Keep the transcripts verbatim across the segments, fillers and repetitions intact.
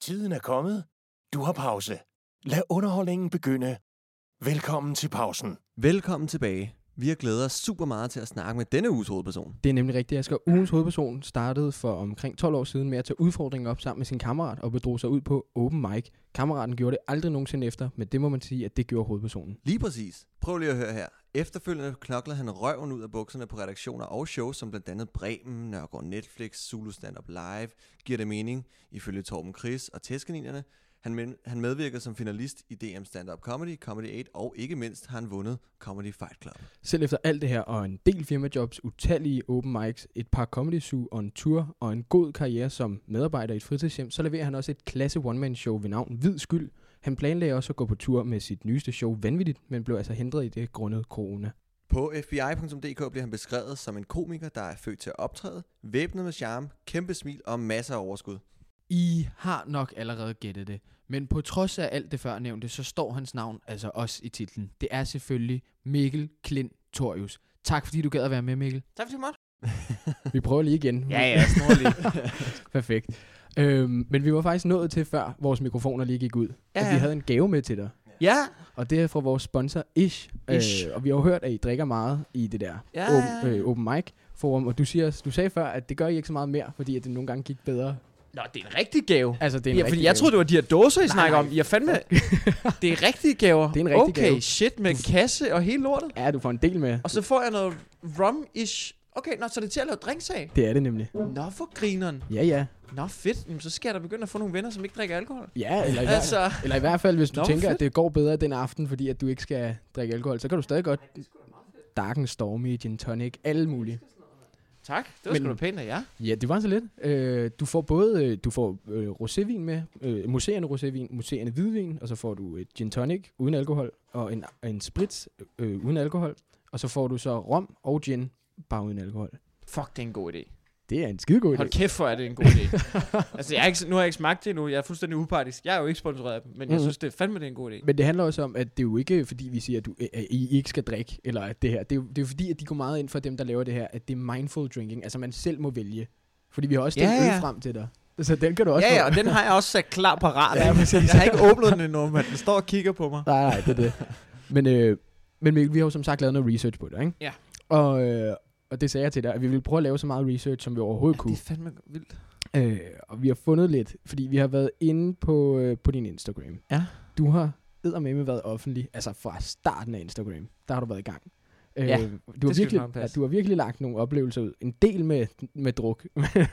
Tiden er kommet. Du har pause. Lad underholdningen begynde. Velkommen til pausen. Velkommen tilbage. Vi har glædet os super meget til at snakke med denne uges hovedperson. Det er nemlig rigtigt, Asger. Ugens hovedperson startede for omkring tolv år siden med at tage udfordringen op sammen med sin kammerat og bedrog sig ud på open mic. Kammeraten gjorde det aldrig nogensinde efter, men det må man sige, at det gjorde hovedpersonen. Lige præcis. Prøv lige at høre her. Efterfølgende knoklede han røven ud af bukserne på redaktioner og shows, som blandt andet Bremen, Nørgaard Netflix, Zulu Stand Up Live, Giver det mening, ifølge Torben Chris og Tæskeninerne. Han, med, han medvirker som finalist i D M Stand Up Comedy, Comedy otte, og ikke mindst har han vundet Comedy Fight Club. Selv efter alt det her og en del firmajobs, utallige open mics, et par comedy show og en tour og en god karriere som medarbejder i et fritidshjem, så leverer han også et klasse one-man-show ved navn Hvid Skyld. Han planlagde også at gå på tur med sit nyeste show Vanvittigt, men blev altså hindret i det grundet corona. På f b i punktum d k bliver han beskrevet som en komiker, der er født til at optræde, væbnet med charme, kæmpe smil og masser af overskud. I har nok allerede gættet det, men på trods af alt det førnævnte, så står hans navn altså også i titlen. Det er selvfølgelig Mikkel Klintorius. Tak fordi du gad at være med, Mikkel. Tak fordi du måtte. Vi prøver lige igen. Ja, ja, snor lige. Perfekt. Øhm, men vi var faktisk nået til, før vores mikrofoner lige gik ud, Ja, at ja. vi havde en gave med til dig. Ja. Og det er fra vores sponsor Ish. Ish. Øh, og vi har jo hørt, at I drikker meget i det der Ja, open, ja, ja. øh, open mic forum. Og du, siger, du sagde før, at det gør I ikke så meget mere, fordi at det nogle gange gik bedre. Nå, det er en rigtig gave. Altså, det er en Ja, rigtig fordi jeg gave. troede, det var de her dåser, I Nej, snakker nej. om. Jeg fandme... Det er rigtige gaver. Det er en rigtig okay, gave. shit, med kasse og hele lortet. Ja, du får en del med. Og så får jeg noget rum-ish. Okay, nå, så er det til at lave drinks af. Det er det nemlig. Nå, for grineren. Ja, ja. Nå, fedt. Jamen, så skal jeg da begynde at få nogle venner, som ikke drikker alkohol. Ja, eller i, hver, Altså... eller i hvert fald, hvis du Nå, tænker, fedt. at det går bedre den aften, fordi at du ikke skal drikke alkohol, så kan du stadig godt Dark and Stormy, Gin Tonic, alle mulige. Tak, det var Men- sgu da pænt af jer. Ja, det var så lidt. Øh, du får både øh, du får øh, rosévin med, øh, museerne rosévin, museerne hvidvin, og så får du et gin tonic uden alkohol, og en, en spritz øh, uden alkohol, og så får du så rom og gin bare uden alkohol. Fuck, det er en god idé. Det er en skidegod idé. Hold kæft for, at det er en god idé. Altså, jeg er ikke, nu har jeg ikke smagt det endnu. Jeg er fuldstændig upartisk. Jeg er jo ikke sponsoreret af dem, men jeg Mhm. synes, det er fandme, det er en god idé. Men det handler også om, at det er jo ikke fordi, vi siger, at, du, at I ikke skal drikke, eller at det her. Det er, jo, det er jo fordi, at de går meget ind for dem, der laver det her, at det er mindful drinking. Altså, man selv må vælge. Fordi vi har også Ja, den øl ja. frem til dig. Så den kan du også Ja, få. ja, og den har jeg også sat klar parat. Ja, Ja, præcis. jeg har ikke åbnet den endnu, men den står og kigger på mig. Nej, nej, det er det. Men, øh, men Mikkel, vi har jo som sagt lavet noget research på det, ikke? Ja. Og, øh, og det sagde jeg til dig, at vi ville prøve at lave så meget research, som vi overhovedet Ja, det kunne. er fandme vildt. Øh, og vi har fundet lidt, fordi vi har været inde på, øh, på din Instagram. Ja. Du har eddermame været offentlig, altså fra starten af Instagram. Der har du været i gang. Øh, Ja, du har, skal virkelig, snart passe. ja, du har virkelig lagt nogle oplevelser ud. En del med, med druk. Ja, det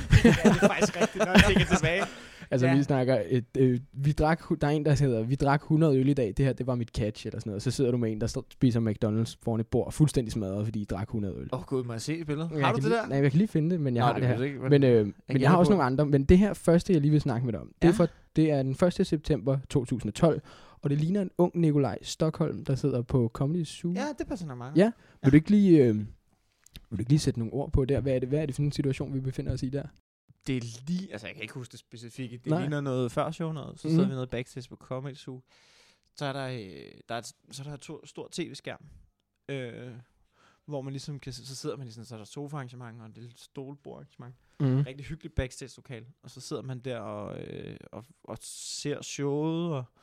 er faktisk rigtigt, når jeg tænker tilbage. Altså Ja. vi snakker, et, øh, vi drak, hu- der er en, der hedder, vi drak hundrede øl i dag, det her, det var mit catch, eller sådan noget. Så sidder du med en, der står, spiser McDonald's foran et bord, fuldstændig smadret, fordi I drak hundrede øl. Åh oh, gud, må jeg se et billede? Jeg Har du kan det lige, der? Nej, jeg kan lige finde det, men jeg Nå, har det det kan her. du ikke, men- Men, øh, men jeg gætter har også på. nogle andre, men det her første, jeg lige vil snakke med dig om, det, Ja. er, for, det er den første september to tusind og tolv, og det ligner en ung Nikolaj Stockholm, der sidder på Comedy Zoo. Ja, det passer nok meget. Ja. Vil du ikke lige... Øh, vil du ikke lige sætte nogle ord på der? Hvad er det, hvad er det for en situation, vi befinder os i der? Det er lige, altså jeg kan ikke huske det specifikke. Det Nej. ligner noget før show noget. Så Mhm. sidder vi nede backstage på Comedy Zoo. Så er der, øh, der er et, så er der et to, stor tv-skærm. Øh, hvor man ligesom kan, så sidder man ligesom, så er der sofa-arrangement og et lille stolbord-arrangement. Mm. Rigtig hyggeligt backstage-lokal. Og så sidder man der og, øh, og, og ser showet og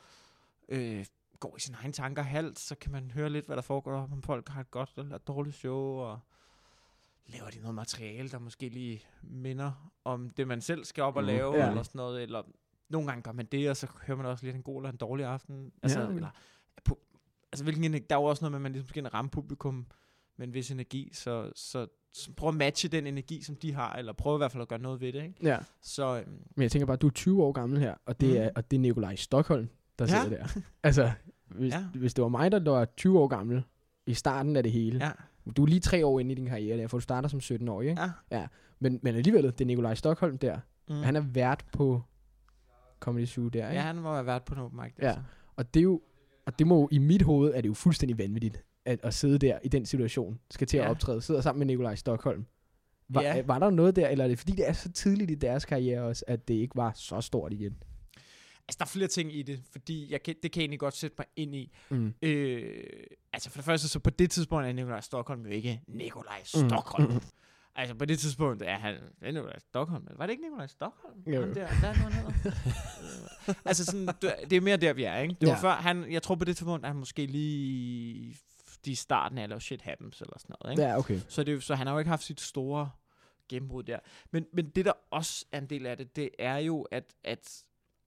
øh, går i sine egne tanker halvt. Så kan man høre lidt, hvad der foregår, om folk har et godt eller et dårligt show. Og laver de noget materiale, der måske lige minder om det, man selv skal op og Mhm. lave, Ja. eller sådan noget. Eller nogle gange gør man det, og så hører man også lidt en god eller en dårlig aften. Altså, Ja, okay. eller, på, altså hvilken energi, der er jo også noget med, at man ligesom skal ind og ramme publikum med en vis energi, så, så, så prøv at matche den energi, som de har, eller prøv i hvert fald at gøre noget ved det, ikke? Ja. Så øhm, Men jeg tænker bare, du er tyve år gammel her, og det, Mm. er, og det er Nikolaj Stockholm, der Ja. sidder der. Altså, hvis, Ja. hvis det var mig, der var tyve år gammel, i starten af det hele. ja, Du er lige tre år inde i din karriere der, for du starter som sytten-årig, ikke? ja. Men, men alligevel, det er Nikolaj Stockholm der. Mm. Han er vært på Comedy Zoo der, ikke? Ja, han må have været på en open mic. Ja. Altså. Og det er jo, og det må i mit hoved, er det jo fuldstændig vanvittigt, at, at sidde der i den situation, skal til at Ja. optræde, sidder sammen med Nikolaj Stockholm. Var, Ja. var der noget der, eller er det fordi, det er så tidligt i deres karriere også, at det ikke var så stort igen? Altså, der er flere ting i det, fordi jeg kan, det kan jeg egentlig godt sætte mig ind i. Mm. Øh, altså, for det første, så på det tidspunkt er Nikolaj Stockholm jo ikke Nikolaj Mm. Stockholm. Mm. Altså, på det tidspunkt er han... Det er Nikolaj Stockholm. Var det ikke Nikolaj Stockholm? Jo. Han der, der er noget, han hedder. altså, sådan, det er mere der, vi er, ikke? Det var Ja. før, han... Jeg tror på det tidspunkt, at han måske lige... De starten af at lave Shit Happens, eller sådan noget, ikke? Ja, okay. Så, det, så han har jo ikke haft sit store gennembrud der. Men, men det, der også er en del af det, det er jo, at, at,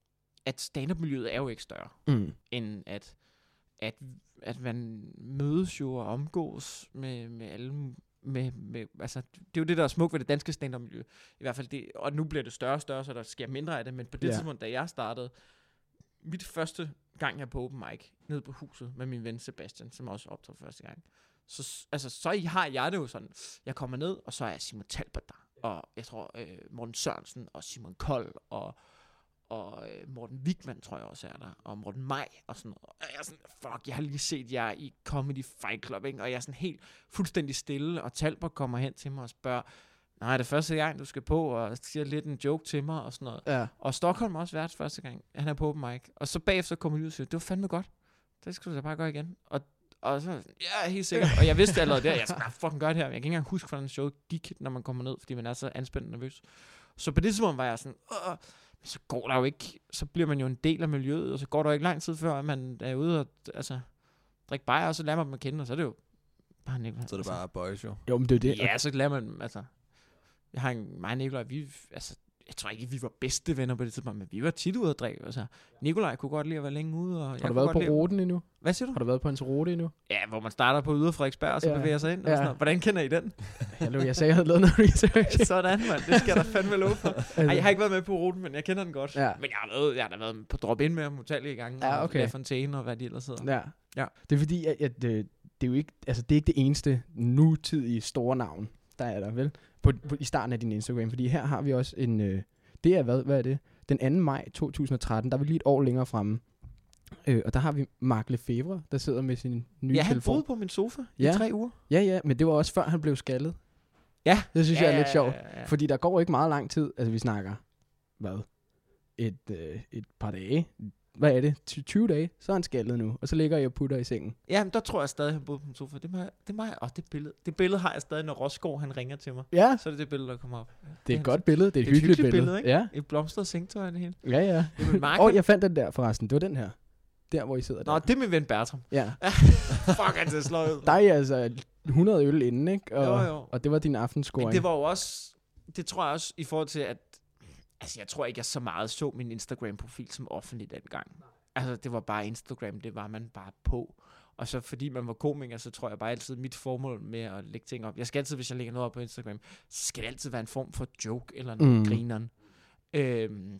at stand-up-miljøet er jo ikke større, Mm. end at, at, at man mødes jo og omgås med, med alle... Med, med, altså, det er jo det, der er smukt ved det danske stand-up-miljø. I hvert fald det, og nu bliver det større og større, så der sker mindre af det. Men på det Ja. tidspunkt, da jeg startede, mit første gang jeg på open mic, nede på huset med min ven Sebastian, som også optrådte første gang, så, s- altså, så har jeg det jo sådan, jeg kommer ned, og så er Simon Talbot der, og jeg tror øh, Morten Sørensen, og Simon Kold, og, og øh, Morten Wigman, tror jeg også er der, og Morten Maj, og sådan noget. Og jeg er sådan, fuck, jeg har lige set jer i Comedy Fight Club, ikke? Og jeg er sådan helt fuldstændig stille, og Talbot kommer hen til mig og spørger, nej, det er første gang, du skal på, og siger lidt en joke til mig, og sådan noget. Ja. Og Stockholm har også været første gang, han er på open mic. Og så bagefter kommer de ud og siger, det var fandme godt. Det skal du da bare gøre igen. Og, og så, ja, helt sikkert. Og jeg vidste allerede der, jeg skal bare fucking gøre det her. Jeg kan ikke engang huske, hvordan showet gik, når man kommer ned, fordi man er så anspændt og nervøs. Så på det tidspunkt var jeg sådan, åh, men så går der jo ikke, så bliver man jo en del af miljøet, og så går der jo ikke lang tid før, at man er ude og altså, drikke bajer, og så lærer man dem at kende, og så er det jo bare Nikolaj. Så er det bare boys jo. Jo, men det er det. Ja, så lærer man, altså, jeg har en, mig og Nikolaj, vi, altså, jeg tror ikke, vi var bedste venner på det tidspunkt, men vi var tit ude at drikke. Altså, Nikolaj kunne godt lide at være længe ude. Og Har jeg du kunne været godt på lide- ruten endnu? Hvad siger du? Har du været på hans rute endnu? Ja, hvor man starter på Ydre Frederiksberg, og så Ja. bevæger sig ind. Og Ja. sådan noget. Hvordan kender I den? Hallo, jeg sagde, jeg havde lavet noget research. Sådan, mand. Det skal der fandme love for. Altså, Ej, jeg har ikke været med på ruten, men jeg kender den godt. Ja. Men jeg har, været, jeg har da været på drop-in med ham utallige gange. Ja, og okay. La Fontaine og hvad de ellers hedder. Ja. Ja. Det er fordi, at, at det, det er jo ikke, altså det er ikke det eneste nutidige store navn, der er der, vel? På, på, I starten af din Instagram, fordi her har vi også en, øh, det er hvad, hvad er det? Den anden maj to tusind og tretten, der er vi lige et år længere fremme. Øh, og der har vi Mark Lefebvre, der sidder med sin nye Ja, han telefon. boede på min sofa Ja. i tre uger. Ja, ja, men det var også før han blev skaldet. Ja. Det synes ja, jeg er lidt ja, sjovt. ja, ja. Fordi der går ikke meget lang tid, altså vi snakker, hvad? Et, øh, et par dage. Hvad er det? Ty- tyve dage? Så er han skaldet nu, og så ligger jeg og putter i sengen. Ja, men der tror jeg stadig, han boede på min sofa. Det må jeg, det må jeg, åh, det billede. Det billede har jeg stadig, når Rosgaard, han ringer til mig. Ja, Så er det det billede, der kommer op. Ja, det er han- et godt billede, det er et hyggeligt billede. ikke? Ja, Et blomstret sengtøj og det hele. ja, ja. Jamen, Mark, Åh, han- jeg fandt den der forresten, det var den her. Der, hvor I sidder Nå, der. det er min ven Bertram. Ja, Fuck, han ser slået ud. der er altså hundrede øl inden, ikke? Og, Jo, jo. og det var din aftenscoring. Men det var jo også, det tror jeg også i forhold til, at, altså jeg tror ikke, jeg så meget så min Instagram-profil som offentlig dengang. Altså det var bare Instagram, det var man bare på. Og så fordi man var komiker, så tror jeg bare altid, mit formål med at lægge ting op. Jeg skal altid, hvis jeg lægger noget op på Instagram, så skal det altid være en form for joke eller noget Mm. mm. grineren. Øhm,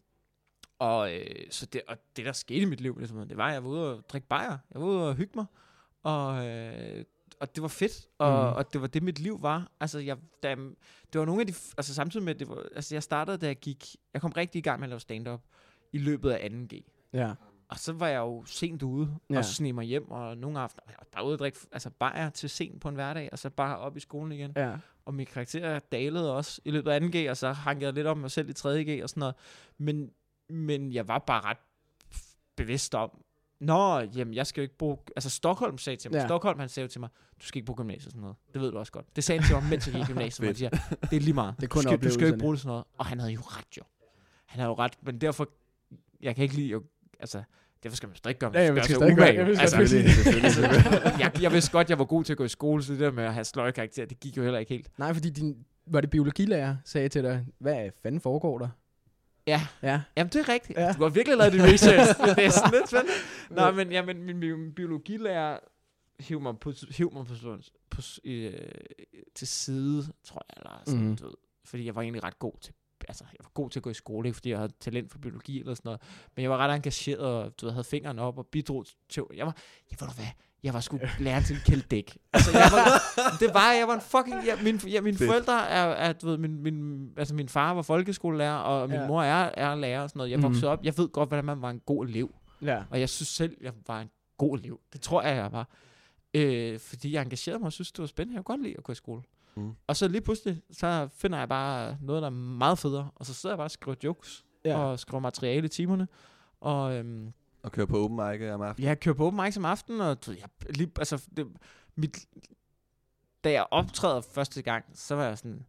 og, øh, så det, og det, der skete i mit liv, ligesom, det var, at jeg var ude og drikke bajer. Jeg var ude og hygge mig. Og, øh, og det var fedt. Og, Mm. og det var det, mit liv var. Altså, jeg, da, det var nogle af de... f- Altså, samtidig med, det var, altså, jeg startede, da jeg gik... Jeg kom rigtig i gang med at lave stand-up i løbet af anden G. Ja, Og så var jeg jo sent ude, Ja. ja. og så sneg mig hjem, og nogle aftener, jeg var bare ude og drikke, altså bajer til sent på en hverdag, og så bare op i skolen igen. ja. Og min karakter dalede også i løbet af anden G, og så hang jeg lidt om mig selv i tredje G og sådan noget. Men, men jeg var bare ret f- bevidst om, nå, jamen, jeg skal jo ikke bruge... Altså, Stockholm sagde til mig, Ja. ja. Stockholm han sagde jo til mig, du skal ikke bruge gymnasiet og sådan noget. Det ved du også godt. Det sagde han til mig, mens jeg gik i gymnasiet, hvor han siger, det er lige meget. Det er kun du, skal, du skal jo oplevelserne. ikke bruge det sådan noget. Og han havde jo ret, jo. Han havde jo ret, men derfor... Jeg kan ikke lide jo... Altså, derfor skal man stadig gøre, Ja, jeg gøre skal sig stadig gøre- umage. jeg vil Altså, selvfølgelig- altså, jeg, jeg vidste godt, jeg var god til at gå i skole, så det der med at have sløje karakter, det gik jo heller ikke helt. Nej, fordi din, var det biologilærer sagde til dig, hvad fanden foregår der? Ja, Ja, jamen det er rigtigt. Ja. Ja. Du har virkelig lavet din research. Det er sådan lidt spændende. Nå, men, jamen, min, min biologilærer hiv mig på, hiv mig på, på, på øh, til side, tror jeg, eller sådan, Mhm. mm. du ved, fordi jeg var egentlig ret god til, altså jeg var god til at gå i skole, ikke fordi jeg havde talent for biologi eller sådan noget, men jeg var ret engageret, og du ved, havde fingrene op og bidrog til, jeg var, jeg ved du hvad, jeg var sgu lærer til Kjeld Dæk. Altså, jeg var, det var, jeg var en fucking, ja, min, ja, mine Fedt. forældre er, er, du ved, min, min, altså min far var folkeskolelærer, og min Ja. ja. mor er, er lærer og sådan noget. Jeg Mhm. voksede op, jeg ved godt, hvordan man var en god elev, ja. og jeg synes selv, jeg var en god elev. Det tror jeg, jeg var. Øh, fordi jeg engagerede mig og synes, det var spændende. Jeg kunne godt lide at gå i skole. Mm. Og så lige pludselig, så finder jeg bare noget, der er meget federe, og så sidder jeg bare og skriver jokes, Ja. ja. og skriver materiale i timerne, og øhm, Og køre på open mic om aftenen. jeg kører på open mic om aftenen, og du ved, jeg, lige, altså, det, mit, da jeg optræder første gang, så var jeg sådan,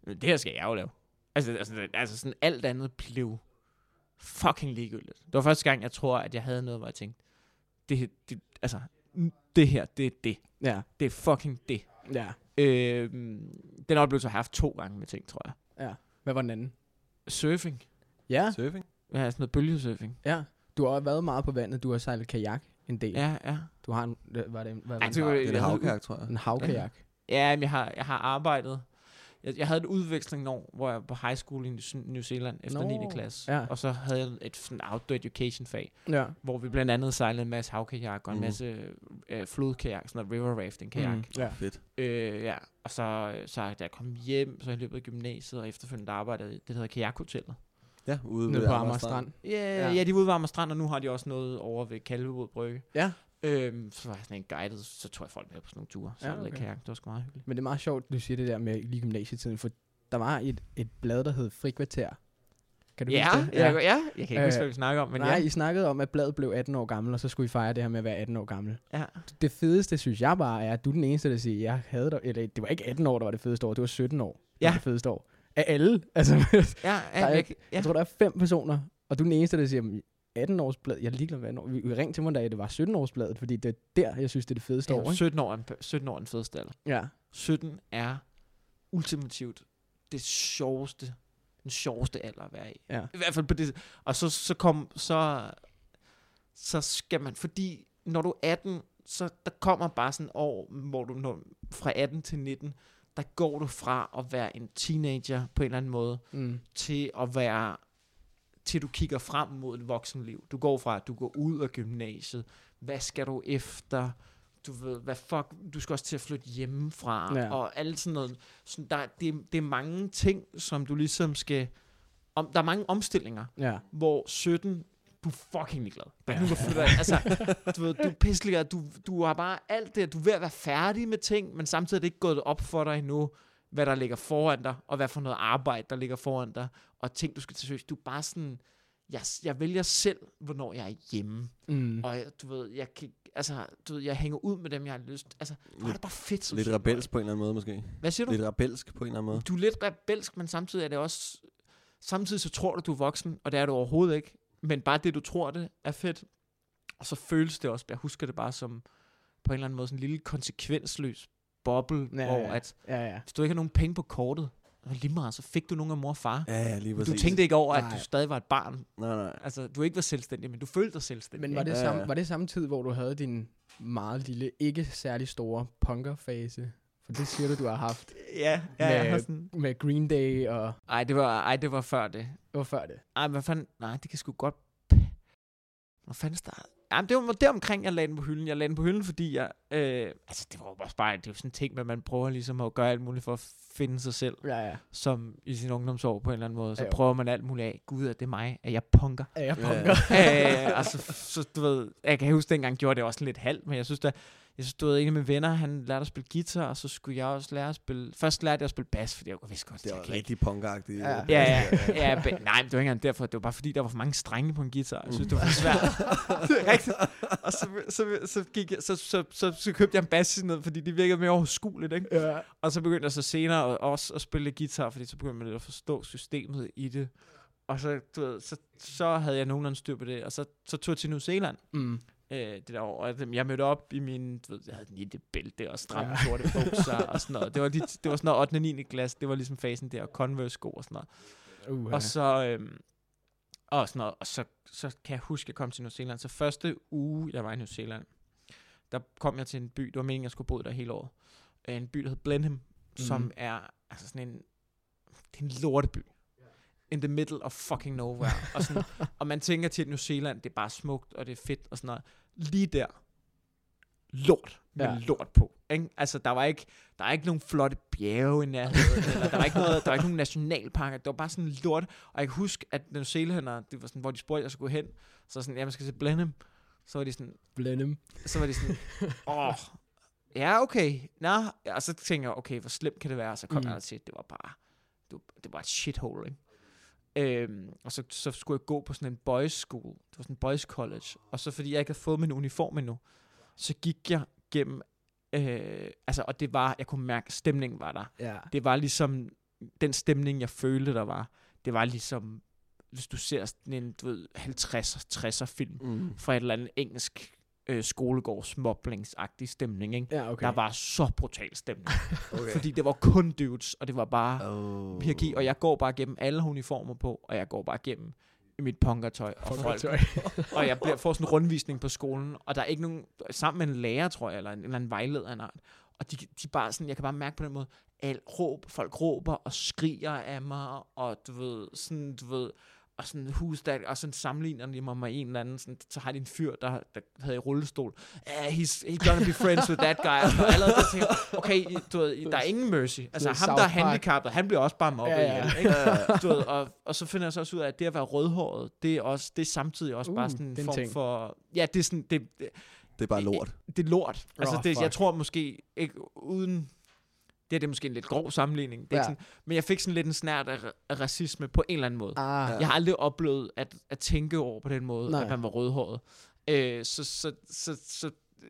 det her skal jeg jo lave. Altså, altså, altså sådan alt andet blev fucking ligegyldigt. Det var første gang, jeg tror, at jeg havde noget, hvor jeg tænkte, det, det, altså, det her, det er det. Ja. Det er fucking det. Ja. Øh, den oplevelse har jeg haft to gange med ting, tror jeg. Ja. Hvad var den anden? Surfing. Ja. Surfing? Ja, sådan noget bølgesurfing. Ja. Du har også været meget på vandet. Du har sejlet kajak en del. Ja, ja. Du har en... Hvad var det? Hvad var Ej, det? det var- Det er en jeg havde- havkajak, tror jeg. En havkajak. Ja, men jeg har, jeg har arbejdet. Jeg, jeg havde en udveksling år, hvor jeg var på high school i New- New Zealand efter Nå, niende klasse. ja. Og så havde jeg et sådan outdoor education fag, Ja. hvor vi blandt andet sejlede en masse havkajak og en Mhm. masse øh, flodkajak, sådan noget river rafting kajak. Mm. Ja. Fedt. Øh, ja, og så, så da jeg kom hjem, så i løbet af gymnasiet og efterfølgende arbejdede i det, der hedder kajakhotellet. Ja, ude Nede ved på Amager Amager Strand. Strand. Ja, Ja. ja, de er ude ved Amager Strand, og nu har de også noget over ved Kalvebod Brygge. Ja. Øhm, så var jeg sådan en guided, så tror jeg folk med på sådan nogle ture. Så Ja, ja, okay. okay. kajak, det var sgu meget hyggeligt. Men det er meget sjovt, du siger det der med lige gymnasietiden, for der var et, et blad, der hed Frikvarter. Kan du Ja, huske det? ja, ja, ja, jeg kan ikke Øh, huske, hvad vi snakker om, men Nej, ja. I snakkede om, at bladet blev atten år gammel, og så skulle I fejre det her med at være atten år gammel. ja. Det fedeste, synes jeg bare, er, at du er den eneste, der siger, jeg havde der, eller det var ikke atten år, der var det fedeste år, det var sytten år, der Ja. var det fedeste år. Af alle. Altså, Ja, ja, Der er jeg, ikke- ja. jeg tror, der er fem personer, og du er den eneste, der siger, atten års blad, jeg er ligeglad med atten år. Vi vi ringte til mig, da det var sytten års bladet, fordi det er der, jeg synes, det er det fedeste år, ja, ikke? sytten år er en, sytten år er en fedeste alder. Ja. sytten er ultimativt det sjoveste, den sjoveste alder at være i. Ja. I hvert fald på det. Og så, så kom, så, så skal man, fordi når du er atten, så der kommer bare sådan et år, hvor du når, fra atten til nitten, der går du fra at være en teenager på en eller anden måde, Mm. til at være, til du kigger frem mod et voksenliv. Du går fra, at du går ud af gymnasiet. Hvad skal du efter? Du ved, hvad fuck, du skal også til at flytte hjemmefra, Ja. og alt sådan noget. Sådan der, det, det er mange ting, som du ligesom skal, om, der er mange omstillinger, Ja. hvor sytten, du er fucking ligeglad. Der er ikke nogen, der flytter ind. Altså, du ved, du er pisseligeglad. Du, du har bare alt det, du er ved at være færdig med ting, men samtidig er det ikke gået op for dig endnu, hvad der ligger foran dig, og hvad for noget arbejde, der ligger foran dig, og ting, du skal til søs. Du er bare sådan, jeg, jeg vælger selv, hvornår jeg er hjemme. Mm. Og jeg, du ved, jeg kan, altså, du ved, jeg hænger ud med dem, jeg har lyst. Altså, hvor er det bare fedt som Lidt sytten-årig. rebelsk på en eller anden måde, måske. Hvad siger du? Lidt rebelsk på en eller anden måde. Du er lidt rebelsk, men samtidig er det også, samtidig så tror du, du er voksen, og det er du overhovedet ikke. Men bare det, du tror det, er fedt. Og så føles det også, jeg husker det bare som, på en eller anden måde, sådan en lille konsekvensløs boble, Ja, hvor ja. at, Ja, ja. hvis du ikke har nogen penge på kortet, og lige meget, så fik du nogen af mor og far. Ja, ja, lige præcis. Du tænkte ikke over, at Nej. du stadig var et barn. Nej, nej. Altså, du ikke var selvstændig, men du følte dig selvstændig. Men var det, Ja, samme, ja. var det samme tid, hvor du havde din meget lille, ikke særlig store punkerfase? For det siger du, du har haft Ja, ja, jeg har med, sådan... med Green Day og... Ej, det var, ej, det var før det. Hvad var før det? Ej, hvad fanden? Nej, det kan sgu godt... Hvor fanden startede? Jamen, det var deromkring, jeg lagde den på hylden. Jeg lagde den på hylden, fordi jeg... Øh, altså, det var jo også bare... Det er jo sådan en ting, med, at man prøver ligesom at gøre alt muligt for at finde sig selv. Ja, ja. Som i sin ungdomsår på en eller anden måde. Så Ja, jo. prøver man alt muligt af. Gud, er det mig? Er jeg punker? Ja, jeg Ja, punker. øh, altså, så du ved... Jeg kan huske, dengang gjorde det også lidt halvt, men jeg synes da... Jeg stod en af mine venner, han lærte at spille guitar, og så skulle jeg også lære at spille... Først lærte jeg at spille bas, fordi jeg vidste godt, Det jeg var kan ikke. rigtig punkagtigt. Ja. Ja, ja, ja, be- nej, men det var ikke engang derfor. Det var bare fordi, der var for mange strenge på en guitar. Jeg synes, det var for svært. Det er rigtigt. Og så, så, så, gik jeg, så, så, så, så købte jeg en bass ned, fordi det virkede mere overskueligt, ikke? Ja. Og så begyndte jeg så senere at, også at spille guitar, fordi så begyndte man lidt at forstå systemet i det. Og så, du ved, så, så havde jeg nogenlunde styr på det, og så, så tog jeg til New Zealand. Mm. Øh, det der år. Og jeg mødte op i min, du ved, jeg havde en lille bælte og stramme Ja. sorte bukser og sådan noget. Det var, lige, det var sådan noget ottende og niende klasse, det var ligesom fasen der, og Converse-sko og sådan noget. Uh, Og så, øhm, og sådan noget, og så, så kan jeg huske, at jeg kom til New Zealand. Så første uge, jeg var i New Zealand, der kom jeg til en by, det var meningen, jeg skulle bo der hele året. Øh, En by, der hed Blenheim, mm. som Mhm. er altså sådan en, det er en lorteby. In the middle of fucking nowhere. og, sådan, og man tænker til, at New Zealand, det er bare smukt, og det er fedt og sådan noget. Lige der, lort med Ja. ja. lort på. Ikke? Altså, der var ikke, der er ikke nogen flotte bjerge i nærheden, eller der var ikke noget, der var ikke nogen nationalparker. Det var bare sådan lort. Og jeg kan huske, at New Zealander, det var sådan, hvor de spurgte, at jeg skulle gå hen, så sådan, ja, man skal til Blenheim. Så var de sådan, Blenheim. så var de sådan, åh, ja, okay. Nå, ja, og så tænker jeg, okay, hvor slemt kan det være? Og så kom Mm. mm. jeg til, det var bare, det var, det var et shithole, ikke? Øhm, og så, så skulle jeg gå på sådan en boys school. Det var sådan en boys college. Og så fordi jeg ikke havde fået min uniform endnu, så gik jeg gennem, øh, altså, og det var, jeg kunne mærke, at stemningen var der. Ja. Det var ligesom, den stemning, jeg følte, der var, det var ligesom, hvis du ser sådan en, du ved, halvtredser, tresser film Mm. fra et eller andet engelsk øh, skolegårds moblingsagtig stemning, ikke? Ja, okay. Der var så brutal stemning. Okay. Fordi det var kun dudes, og det var bare Oh. hierarki, og jeg går bare gennem alle uniformer på, og jeg går bare gennem i mit punkertøj og folk. Og jeg bliver, får sådan en rundvisning på skolen, og der er ikke nogen, sammen med en lærer, tror jeg, eller en, eller en vejleder af en art, og de, de bare sådan, jeg kan bare mærke på den måde, al råb, folk råber og skriger af mig, og du ved, sådan, du ved, og sådan husdag, og sådan sammenligner de mig med en eller anden, sådan, så har de en fyr, der, der havde i rullestol, yeah, he's, he's gonna be friends with that guy, og allerede der tænker, okay, du ved, der er ingen mercy, altså ham, South der er Park. handicappet, han bliver også bare mobbet Ja, ja. igen, ikke? Du ved, og, og så finder jeg så også ud af, at det at være rødhåret, det er, også, det er samtidig også Uh, bare sådan en det er en form ting. for, ja, det er sådan, det, det, Det er bare lort. det er lort. Altså, Oh, det, jeg fuck. tror måske ikke uden... Det er det er måske en lidt grov sammenligning. Det er Ja. ikke sådan, men jeg fik sådan lidt en snært af, af racisme på en eller anden måde. Ah, Ja. Jeg har aldrig oplevet at, at tænke over på den måde, Nej. at man var rødhåret. Øh, så, så, så, så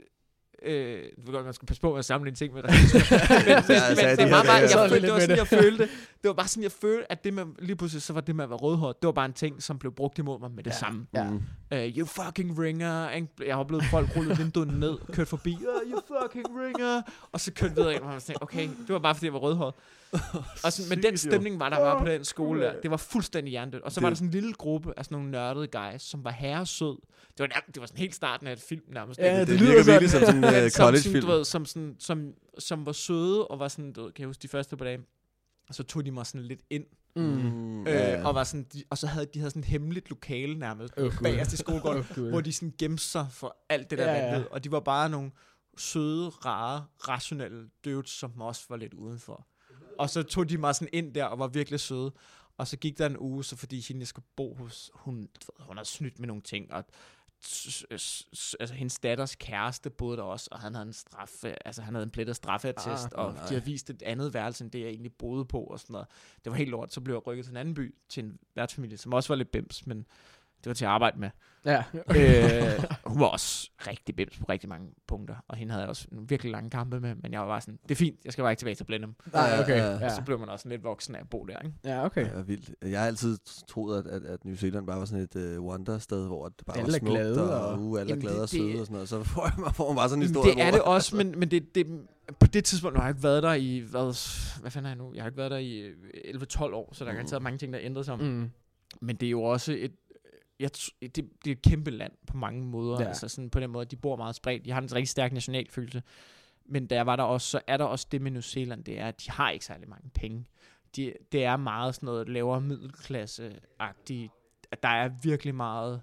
øh, jeg ved godt, man skal passe på med at sammenligne ting med racisme. men, men, Ja, jeg sagde men det det var her, bare, jeg jeg sad følte, lidt det var med sådan, det. jeg følte. Det var bare sådan, jeg følte, at det med, lige pludselig, så var det med at være rødhåret, det var bare en ting, som blev brugt imod mig med det Ja. samme. Ja. Mm. Uh, you fucking ringer. Ikke? Jeg har oplevet folk rulle vinduet ned, kørt forbi. Uh, you fucking ringer. Og så kørte videre, og jeg tænkte, okay, det var bare fordi, jeg var rødhåret. Og sådan, men den stemning var der bare på den skole der. Det var fuldstændig hjernedødt. Og så var der sådan en lille gruppe af sådan nogle nørdede guys, som var herresød. Det var, nærmest, det var sådan helt starten af et film nærmest. Ja, Det, det det lyder virker sådan. virkelig som sådan en Men uh, som, sådan, college-film. du ved, som, sådan, som, som var søde, og var sådan, du ved, kan jeg huske de første par dage. Og så tog de mig sådan lidt ind. Mm. Mm, Øh, ja, ja. og, var sådan, de, og så havde de havde sådan et hemmeligt lokale nærmest, Åh, oh, Gud. bagerst i skolegården, Åh, Gud. hvor de sådan gemte sig for alt det der Ja, ja. vanvid. Og de var bare nogle søde, rare, rationelle dudes, som også var lidt udenfor. Og så tog de mig sådan ind der og var virkelig søde. Og så gik der en uge, så fordi hende, jeg skulle bo hos, hun, hun havde snydt med nogle ting, og s- s- s- altså hendes datters kæreste boede der også, og han havde en straf, altså han havde en plettet straffeattest, Ah, og nej. de havde vist et andet værelse, end det jeg egentlig boede på, og sådan noget. Det var helt lort. Så blev jeg rykket til en anden by, til en værtsfamilie, som også var lidt bims, men det var til at arbejde med. Ja. øh, hun var også rigtig bims på rigtig mange punkter, og hende havde jeg også nogle virkelig lange kampe med, men jeg var bare sådan, det er fint, jeg skal bare ikke tilbage til Blenheim. Nej, okay. Ja, ja. Ja. Ja, Så blev man også lidt voksen af at bo der, ikke? ja okay. Ja, vildt. Jeg har altid troet, at, at, at New Zealand bare var sådan et uh, wonder-sted, hvor det bare Alle var er smukt, glade, og, og- uh, alle er Jamen, glade det- og søde det- og sådan noget. Så får man, får man bare sådan en historie, Det er hvor- det også, men, men det, det, på det tidspunkt, nu har jeg ikke været der i, hvad, hvad fanden er jeg nu? Jeg har ikke været der i øh, elleve tolv år, så der er Mm. garanteret mange ting, der er ændret sig om. Mm. Men det er jo også et, jeg, t- det, det er et kæmpe land på mange måder. Ja. Ja. Altså sådan på den måde, de bor meget spredt. De har en rigtig stærk nationalfølelse. Men da jeg var der også, så er der også det med New Zealand, det er, at de har ikke særlig mange penge. De, det er meget sådan noget lavere middelklasse-agtigt. At der er virkelig meget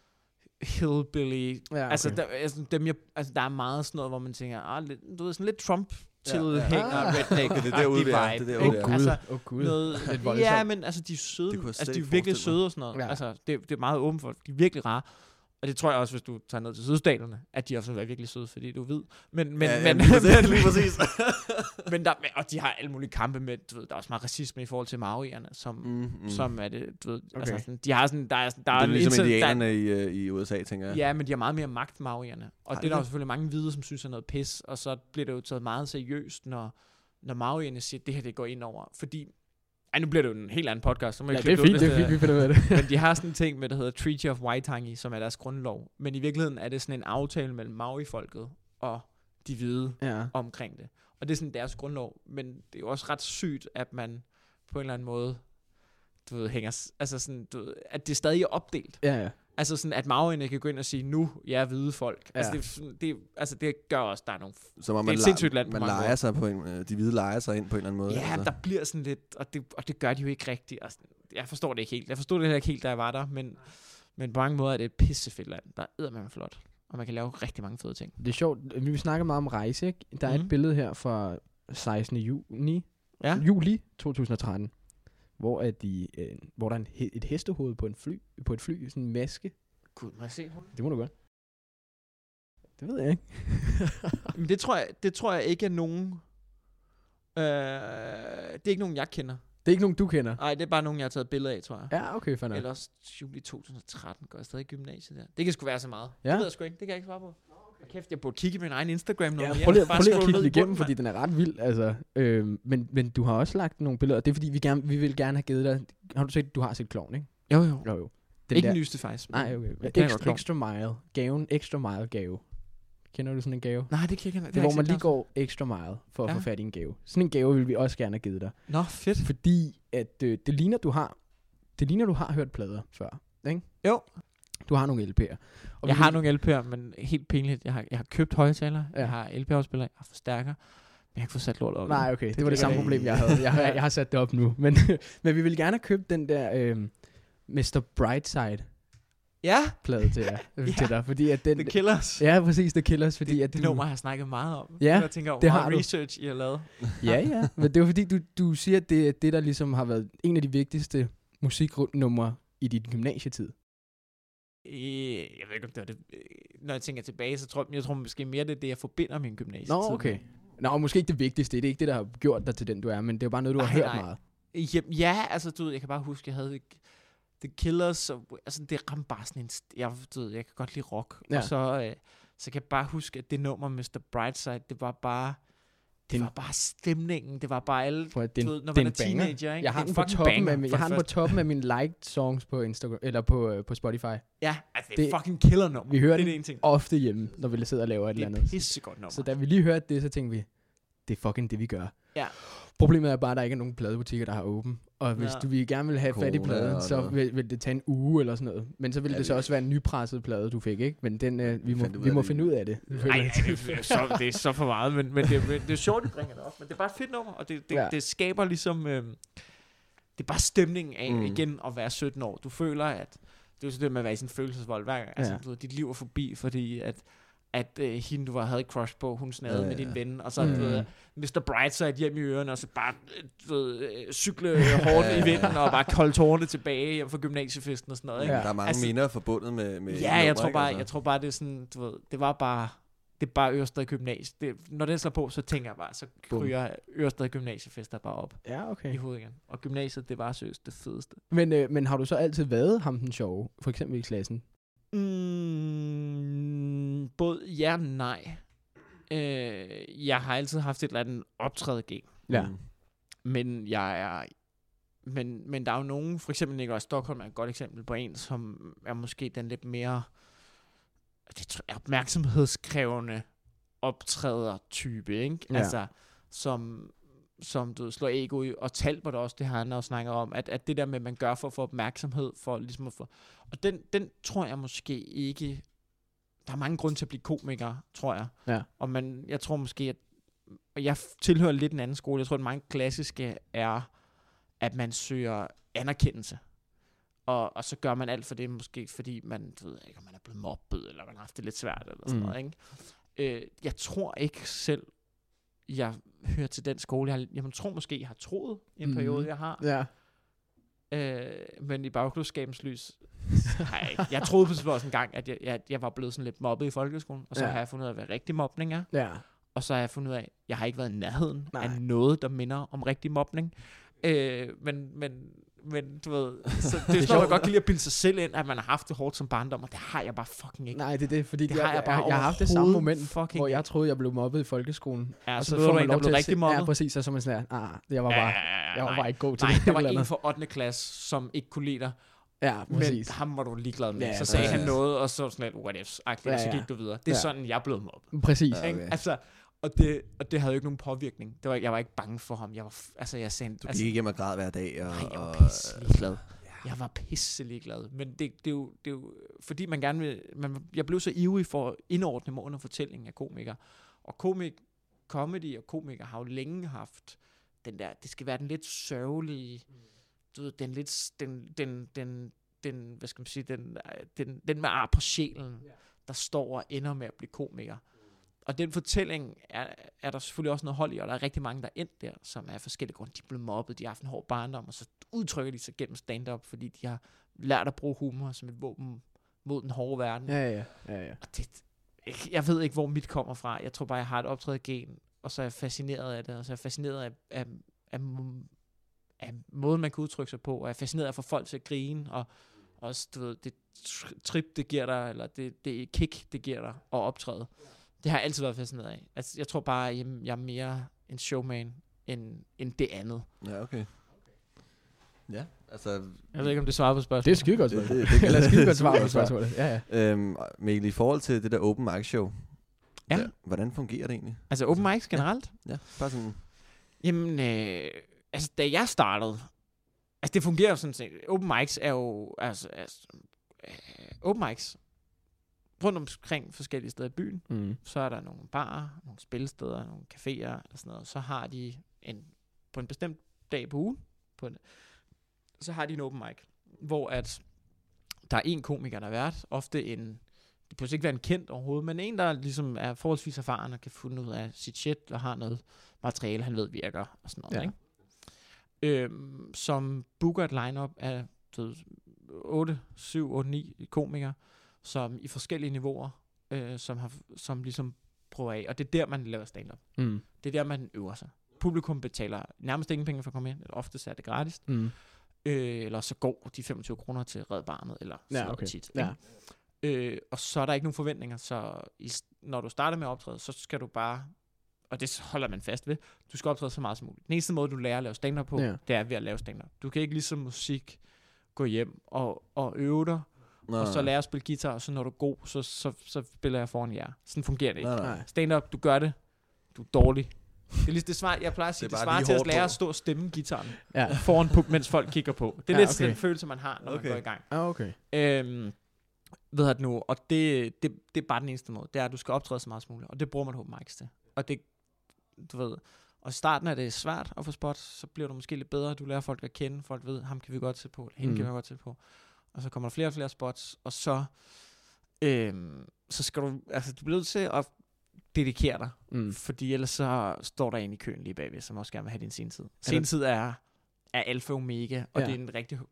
hillbilly. Ja, okay. Altså, der, altså, dem, jeg, altså, der er meget sådan noget, hvor man tænker, ah, lidt, du ved, sådan lidt Trump til Ja, ja, ja. ja. hænger Ah. redneck. Det er derude, vi er. Det er derude, Åh, vi er. Gud. Altså, Åh, Gud. noget, Lidt voldsomt. ja, men altså, de er søde. Det kunne jeg slet Altså, de er ikke virkelig forestille mig. søde og sådan noget. Ja. Ja. Altså, det, det er meget åbent for. De er virkelig rare. Og det tror jeg også, hvis du tager ned til sydstaterne, at de også vil være virkelig søde, fordi du ved. Men, men, Ja, ja, men, lige præcis, men, lige præcis. men der, og de har alle mulige kampe med, du ved, der er også meget racisme i forhold til maorierne, som, Mm, mm. som er det, du ved, okay. Okay. altså sådan, de har sådan, der er, sådan- der det er en ligesom inter- der- indianerne i, uh, i U S A, tænker jeg. Ja, men de har meget mere magt, maorierne. Og Har det er de der jo det? selvfølgelig mange hvide, som synes er noget pis, og så bliver det jo taget meget seriøst, når, når maorierne siger, at det her det går ind over. Fordi, ej, nu bliver det jo en helt anden podcast, så må Ja, jeg det er klippe fint, ud, det er hvis fint, vi finder ud af det. Men de har sådan en ting med, der hedder Treaty of Waitangi, som er deres grundlov. Men i virkeligheden er det sådan en aftale mellem Maori-folket og de hvide Ja. omkring det. Og det er sådan deres grundlov. Men det er jo også ret sygt, at man på en eller anden måde, du ved, hænger, s- altså sådan, du ved, at det stadig er opdelt. Ja, ja. Altså sådan, at Maorierne kan gå ind og sige, nu, jeg er hvide folk. Ja. Altså, det, er sådan- det, altså det gør også, der er nogle... Som om Det er man, et sindssygt land på man mange leger måder. sig på en, øh, de hvide leger sig ind på en eller anden måde. Ja, altså. der bliver sådan lidt, og det, og det gør de jo ikke rigtigt. Og sådan, jeg forstår det ikke helt. Jeg forstod det heller ikke helt, da jeg var der, men, men på mange måder er det et pissefedt land. Der er eddermame flot, og man kan lave rigtig mange fede ting. Det er sjovt. Vi snakker meget om rejse, ikke? Der er Mhm. et billede her fra sekstende juni, Ja, juli to tusind og tretten, hvor, er de, øh, hvor der er en, he- et hestehoved på, en fly, på et fly, sådan en maske. gud, må jeg se? Det må du godt. Det ved jeg ikke. Men det tror jeg, det tror jeg ikke er nogen... Øh, det er ikke nogen, jeg kender. Det er ikke nogen, du kender. Nej, det er bare nogen, jeg har taget billeder af, tror jeg. Ja, okay, fair nok. Ellers juli to tusind og tretten går jeg stadig i gymnasiet der. Det kan sgu være så meget. Ja. Det ved jeg sgu ikke. Det kan jeg ikke svare på. Kæft, jeg burde kigge i min egen Instagram nu. Ja, Jeg prøv lige, bare prøv lige at scrolle kigge ned den i igennem, bunden, fordi den er ret vild. Altså, øhm, men, men du har også lagt nogle billeder, og det er fordi, vi, gerne, vi vil gerne have givet dig... Har du set, du har set Klovn, ikke? mand. Jo, jo. Jo, jo. Den Ikke der, den nyeste faktisk. men nej, okay. jeg kender godt Extra, Klovn. extra mile. Gaven, extra mile gave. Kender du sådan en gave? Nej, det kan jeg ikke. Det er, hvor man lige går extra mile for at Ja. få fat i en gave. Sådan en gave vil vi også gerne have givet dig. Nå, fedt. Fordi at øh, det ligner, du har... Det ligner, du har hørt plader før, ikke? Jo. Du har nogle L P'er. Og Jeg vi- har nogle L P'er, men helt pinligt. Jeg har, jeg har købt højtalere, Ja. jeg har L P-afspillere, jeg har forstærker, men jeg har ikke fået sat lort op. Nej, okay. Det, Det var det ligger samme der i- problem, jeg havde. Jeg har, jeg har sat det op nu. Men, men vi vil gerne have købt den der øh, mister Brightside-plade Ja, til, jer, Ja. til dig. Fordi at den... The Killers. Ja, præcis. The Killers. Fordi det, at det du, nummer har jeg snakket meget om. Ja, Jeg tænker over, det hvor har meget du. research I har lavet. Ja, ja. Men det var fordi, du, du siger, at det er det, der ligesom har været en af de vigtigste musiknumre i din gymnasietid. Øh, Jeg ved ikke, om det var det. øh, Når jeg tænker tilbage, så tror jeg, jeg tror måske mere, det er det, jeg forbinder min gymnasietid. Nå, okay. Nå, måske ikke det vigtigste. Det er ikke det, der har gjort dig til den, du er, men det er jo bare noget, du har Nej, hørt nej. meget. Ja, ja, altså du ved, jeg kan bare huske, jeg havde The, The Killers, og, altså det ramte bare sådan en, st- jeg, du ved, jeg kan godt lide rock, Ja. og så, øh, så kan jeg bare huske, at det nummer mister Brightside, det var bare, det Den- var bare stemningen, det var bare alle, Prøv at den, du ved, når den man er banger. teenager, ikke? Jeg har Det den er på fucking toppen banger, af min, for jeg har det den på første. toppen af mine liked songs på Instagram eller på øh, på Spotify. Ja, altså det Det- er fucking killer nummer, Vi hører det er den det ene ting. ofte hjemme, når vi sidder og laver et Det eller er andet. pissegodt nummer. Så da vi lige hørte det, så tænkte vi, det er fucking det, vi gør. Ja. Problemet er bare, at der ikke er nogen pladebutikker, der har åben. Og hvis Ja. du vil gerne vil have fat i Corona pladen, og så noget. vil, vil det tage en uge eller sådan noget. Men så vil Ja, det så vi- også være en nypresset plade, du fik, ikke? Men den, øh, vi, må, fandt ud vi af må det. finde ud af det. Nej, det, er så, det er så for meget, men, men, det, men det er sjovt, at bringe det op. Men det er bare et fedt nummer, og det, det, Ja. ja. det skaber ligesom... Øh, det er bare stemningen af Mm. mm. igen at være sytten år. Du føler, at... Det er jo så det med at være i sin følelsesvold hver gang. Altså, Ja. du ved, dit liv er forbi, fordi at at øh, hende, du var, havde et crush på, hun snadede Ja, ja, med ja. din ven, og så Mm. mm. du ved, mister Brightside hjem i ørerne, og så bare øh, du ved, øh, cykle hårdt Ja, i ja. vinden, og bare kolde tårerne tilbage hjem fra gymnasiefesten og sådan noget. Ikke? Ja. Der er mange Altså- minder forbundet med, med Ja, jeg nummer, tror ikke? bare, Altså. jeg tror bare, det er sådan, du ved, det var bare, det er bare Ørestad Gymnasie. Det, når den slår på, så tænker jeg bare, så Bum. kryger Ørestad Gymnasiefester bare op Ja, i okay. hovedet igen. Og gymnasiet, det var seriøst det fedeste. Men, øh, men har du så altid været ham den sjove? For eksempel i klassen? Mm, både ja og nej. Øh, jeg har altid haft et eller andet optræde gen. Ja. Mm. Men jeg er... Men, men der er jo nogen, for eksempel Nikolaj Stockholm er et godt eksempel på en, som er måske den lidt mere det tror jeg, opmærksomhedskrævende optræder-type, ikke? Ja. Altså, som, som du ved, slår ego i, og Talbot også, det har han også snakket om, at, at det der med, at man gør for at få opmærksomhed, for ligesom at få... Og den, den tror jeg måske ikke... Der er mange grunde til at blive komiker, tror jeg. Ja. Og man, jeg tror måske, at... Og jeg tilhører lidt en anden skole. Jeg tror, at mange klassiske er, at man søger anerkendelse. Og, og så gør man alt for det, måske fordi man, du ved ikke, om man er blevet mobbet, eller man har haft det lidt svært, eller sådan Mm. noget, ikke? Øh, jeg tror ikke selv, jeg hører til den skole. Jeg, har, jeg tror måske, jeg har troet i en Mhm. periode, jeg har. Ja. Øh, men i bagklodskabens lys har jeg ikke. Jeg troede på også en gang, at jeg, jeg, jeg var blevet sådan lidt mobbet i folkeskolen, og så Ja. ja. har jeg fundet ud af, hvad rigtig mobning er. Ja. Og så har jeg fundet ud af, at jeg har ikke været i nærheden Nej. af noget, der minder om rigtig mobning. Øh, men, men, men du ved, så det er sådan, noget, man godt kan lide at bilde sig selv ind, at man har haft det hårdt som barndom, og det har jeg bare fucking ikke. Nej, det er det, fordi Det jeg, har jeg bare jeg, jeg har haft det samme overhovedet moment, fucking hvor jeg ikke. troede, jeg blev mobbet i folkeskolen. Ja, og så, så så får du man en, der lov blev til at rigtig se, mobbet. ja, præcis, og så er man sådan, ah, jeg var Ja, bare, ja, ja, ja, jeg var nej. bare ikke god til Nej, det. der var eller en andet. fra ottende klasse, som ikke kunne lide dig, Ja, men præcis. ham var du ligeglad med. Ja, Ja, så præcis. sagde han noget, og så sådan lidt, what ifs, Ja, og så ja. gik du videre. Det er Ja. sådan, jeg blev mobbet. Præcis. Ja. Ikke? Okay. Altså, og det, og det havde jo ikke nogen påvirkning. Det var, jeg var ikke bange for ham. Jeg var, f- altså, jeg sagde, Du altså, gik igennem og græd hver dag. Og, nej, jeg var og, pisse ligeglad. Jeg var pisse ligeglad. Men det, det, er jo, det er jo, fordi man gerne vil, man, jeg blev så ivrig for at indordne mig under fortællingen af komikere. Og komik, comedy og komikere har jo længe haft den der, det skal være den lidt sørgelige, du ved, den lidt, den, den, den, den, hvad skal man sige, den, den, den med ar på sjælen, der står og ender med at blive komiker. Og den fortælling er, er der selvfølgelig også noget hold i, og der er rigtig mange, der er endt der, som er af forskellige grunde. De er blevet mobbet, de har haft en hård barndom, og så udtrykker de sig gennem stand-up, fordi de har lært at bruge humor som et våben mod den hårde verden. Ja, ja, ja, ja. Og det, jeg ved ikke, hvor mit kommer fra. Jeg tror bare, jeg har et optrædet gen, og så er jeg fascineret af det, og så er jeg fascineret af, af, af, af måden, man kan udtrykke sig på, og jeg er fascineret af at få folk til at grine, og, også, du ved, det tri- trip, det giver dig, eller det, det kick, det giver dig at optræde. Det har jeg altid været fascineret af. Altså, jeg tror bare, at jeg, jeg er mere en showman, end, end det andet. Ja, okay. Ja, altså... Jeg ved ikke, om det svarer på spørgsmålet. Det er skide godt Det, spørgsmål. det, det, Eller skide godt svar på Super svar. spørgsmålet. Ja, ja. Øhm, Mikkel, i forhold til det der open mic show, Ja. der, hvordan fungerer det egentlig? Altså, open mics generelt? Ja, bare sådan... Jamen, øh, altså, da jeg startede, altså, det fungerer jo sådan set. Open mics er jo, altså, altså øh, open mics rundt omkring forskellige steder i byen. Mm. Så er der nogle barer, nogle spillesteder, nogle caféer eller sådan noget. Så har de en, på en bestemt dag på ugen, på en, så har de en open mic, hvor at der er en komiker, der er vært, ofte en, det behøver ikke være en kendt overhovedet, men en, der ligesom er forholdsvis erfaren og kan finde ud af sit shit, og har noget materiale, han ved virker, og sådan noget, Ja. ikke? Øhm, som booker et line-up af otte, syv, otte, ni komikere, som i forskellige niveauer, øh, som, har, som ligesom prøver af, og det er der, man laver stand-up. Mm. Det er der, man øver sig. Publikum betaler nærmest ingen penge for at komme ind, eller oftest er det gratis, Mm. øh, eller så går de femogtyve kroner til Red Barnet, eller sådan Ja, noget okay. tit. Ja. Øh, og så er der ikke nogen forventninger, så i, når du starter med at optræde, så skal du bare, og det holder man fast ved, du skal optræde så meget som muligt. Den eneste måde, du lærer at lave stand-up på, Ja. det er ved at lave stand-up. Du kan ikke ligesom musik gå hjem og, og øve dig, Nå, og så lære at spille guitar, og så når du er god, så, så, så spiller jeg foran jer. Sådan fungerer det ikke. nej, nej. Nej. Stand-up, du gør det, du er dårlig. Det er ligesom det svar, jeg plejer at sige, Det det, er det bare svarer lige til at hårdt lære på. at stå og stemme guitaren Ja. foran pub, mens folk kigger på. Det er Ja, lidt okay. sådan den følelse, man har, når Okay. man går i gang. Ah, okay. Øhm, ved jeg det nu, og det, det, det er bare den eneste måde. Det er, at du skal optræde så meget som muligt, og det bruger man open mics til. Og det, du ved, og i starten er det svært at få spot, så bliver du måske lidt bedre, du lærer folk at kende, folk ved, ham kan vi godt se på, eller hende Mm. kan vi godt se på. Og så kommer der flere og flere spots, og så, øhm, så skal du, altså du bliver nødt til at dedikere dig, Mm. fordi ellers så står der en i køen lige bagved, som også gerne vil have din sentid. Sentid er, er alfa og omega, og Ja. det er en rigtig,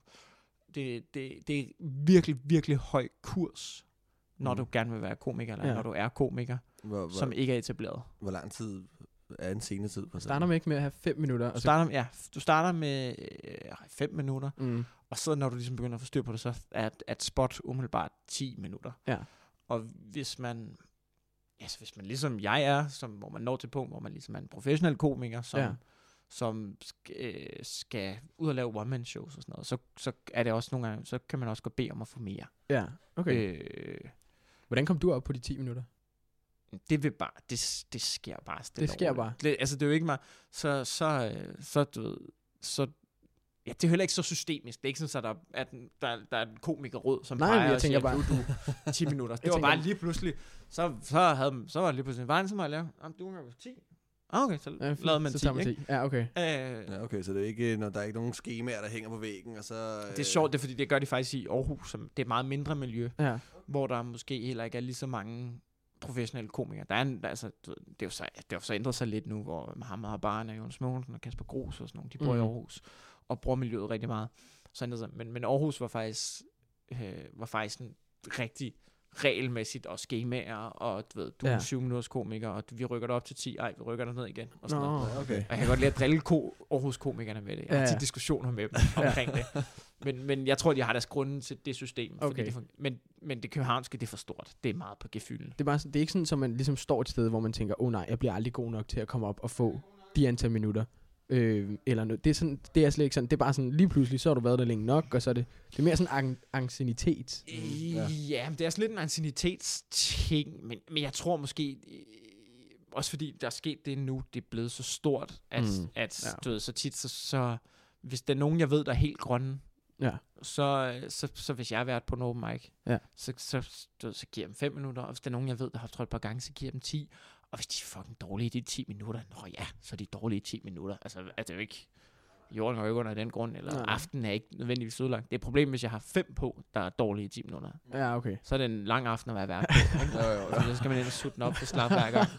det, det, det er virkelig, virkelig høj kurs, når Mm. du gerne vil være komiker, eller Ja. ja. når du er komiker, Hvor, hvor, som ikke er etableret. hvor lang tid er en scenetid? For Starter man ikke med at have fem minutter? Du Og så, starter, ja, du starter med øh, fem minutter, mm. og så når du ligesom begynder at få styr på det, så er et, et spot umiddelbart ti minutter. Ja. Og hvis man, altså hvis man ligesom jeg er, som, hvor man når til punkt, hvor man ligesom er en professionel komiker, som, Ja. ja. som sk- øh, skal ud og lave one-man-shows og sådan noget, så, så er det også nogle gange, så kan man også godt bede om at få mere. Ja, okay. Øh, Hvordan kom du op på de ti minutter? det vil bare, det, det sker bare stille Det sker og roligt. bare. Det, altså det er jo ikke meget, så, så, øh, så, du ved, så, ja, det er heller ikke så systemisk. Det er ikke sådan, at der, at der, der er en komikerråd, som Nej, peger men jeg og siger, tænker nu er du ti minutter. Det Jeg var tænker- bare lige pludselig, så, så, havde, så var det lige pludselig, hvad er det så meget at lave? Jamen, du har jo ti. Ah, okay, så Ja, fint. lavede man så ti, tager man ikke? ti. Ja, okay. Øh, Ja, okay, så det er ikke, når der er ikke nogen skemaer, der hænger på væggen, og så... det er sjovt, det er fordi, det gør de faktisk i Aarhus, som det er et meget mindre miljø, Ja. hvor der måske heller ikke er lige så mange professionelle komikere. Der er en, altså, du ved, det er jo så, det har jo så ændret sig lidt nu, hvor Mohammed Habane, Jonas Mogensen og Kasper Gros og sådan nogle, de bor Mhm. i Aarhus og bruger miljøet rigtig meget. Så ændret sig. Men, men Aarhus var faktisk, øh, var faktisk en rigtig regelmæssigt og skemaer, og du ved, du er Ja. en syv minutters komiker, og vi rykker dig op til ti, ej, vi rykker dig ned igen, og sådan Nå, noget. Okay. Og jeg kan godt lide at drille ko- Aarhus-komikerne med det. Jeg har Ja, ja. tit diskussioner med dem omkring det. Men, men jeg tror, de har deres grunde til det system. Fordi Okay. det fun- men, men det københavnske, det er for stort. Det er meget på gefylden. Det er, bare, sådan- det er ikke sådan, at man ligesom står et sted, hvor man tænker, åh oh, nej, jeg bliver aldrig god nok til at komme op og få de antal minutter. Øh, eller noget. Det er, sådan, det er slet ikke sådan. Det er bare sådan, lige pludselig, så har du været der længe nok, og så er det, det er mere sådan en anciennitet. Ja. ja, men det er sådan lidt en anciennitetsting, men, men jeg tror måske, øh, også fordi der er sket det nu, det er blevet så stort, at, Mm. mm. at Ja. du ved, så tit, så, så hvis der er nogen, jeg ved, der er helt grønne, Ja. så, så, så hvis jeg har været på en open mic, Ja. så, så, du ved, så giver jeg dem fem minutter, og hvis der er nogen, jeg ved, der har trådt et par gange, så giver jeg dem ti, og hvis de er fucking dårlige i de ti minutter, nå ja, så er de dårlige i ti minutter, altså er det jo ikke, jorden er jo ikke under den grund, eller Nej, nej. aftenen er ikke nødvendigvis udlagt. Det er et problem, hvis jeg har fem på, der er dårlige i ti minutter. Ja, okay. Så er det en lang aften at være vært på, ikke? Jo, jo, jo. Så skal man ind og sutte den op for slap hver gang.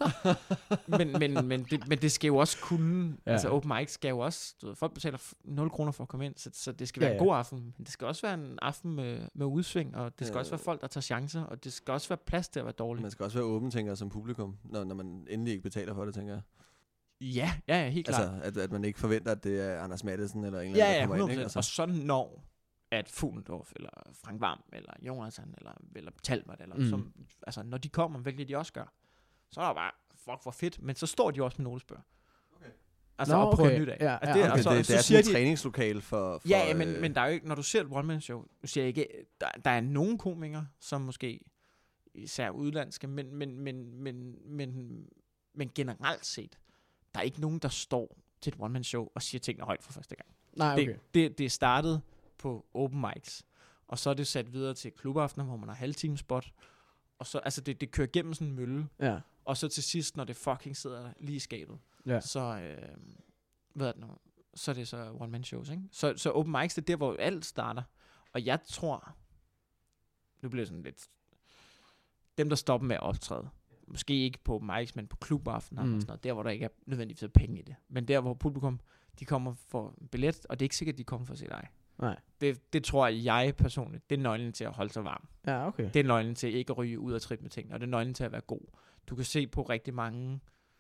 men, men, men, det, men det skal jo også kunne, Ja. ja. altså open mic skal jo også, du ved, folk betaler f- nul kroner for at komme ind, så, så det skal Ja, være en ja. god aften, men det skal også være en aften med, med udsving, og det skal Ja. også være folk, der tager chancer, og det skal også være plads til at være dårlig. Man skal også være åben, tænker jeg, som publikum, når, når man endelig ikke betaler for det, tænker jeg. Ja, ja, ja, helt klart. Altså, at, at man ikke forventer, at det er Anders Mattesen eller en eller Ja, anden, ja, der kommer hundrede ind, ikke? procent. Og så når at Fuglendorf, eller Frank Varm, eller Jonathan, eller, eller Talbot, eller Mm. som, altså når de kommer, hvilket de også gør, så er der bare, fuck hvor fedt, men så står de også med notesbøger. Altså Nå, og prøver okay. nyt af. Ja, Altså, ja, det, okay. Okay, og så, det, så det er siger sådan de, et træningslokale for... for ja, ja, men, øh, men der er jo ikke, når du ser et one-man-show, nu siger jeg ikke, der, der er nogle komikere, som måske, især udlandske, men, men, men, men, men, men generelt set, der er ikke nogen, der står til et one-man-show og siger tingene højt for første gang. Nej, okay. Det, det, det er startet på open mics, og så er det sat videre til klubaftener, hvor man har halvtime spot, og så, altså det, det kører gennem sådan en mølle, Ja. og så til sidst, når det fucking sidder lige i skabet, Ja. så, øh, hvad er det nu, så er det så one-man shows, ikke? Så, så open mics, det er der, hvor alt starter, og jeg tror, nu bliver det sådan lidt, dem der stopper med at optræde, måske ikke på open mics, men på klubaftener, Mm. og sådan noget, der hvor der ikke er nødvendigvis penge i det, men der hvor publikum, de kommer for en billet, og det er ikke sikkert, at de kommer for at se dig. Nej. Det, det tror jeg personligt, det er nøglen til at holde sig varm. Ja, okay. Det er nøglen til ikke at ryge ud og trit med ting, og det er nøglen til at være god. Du kan se på rigtig mange,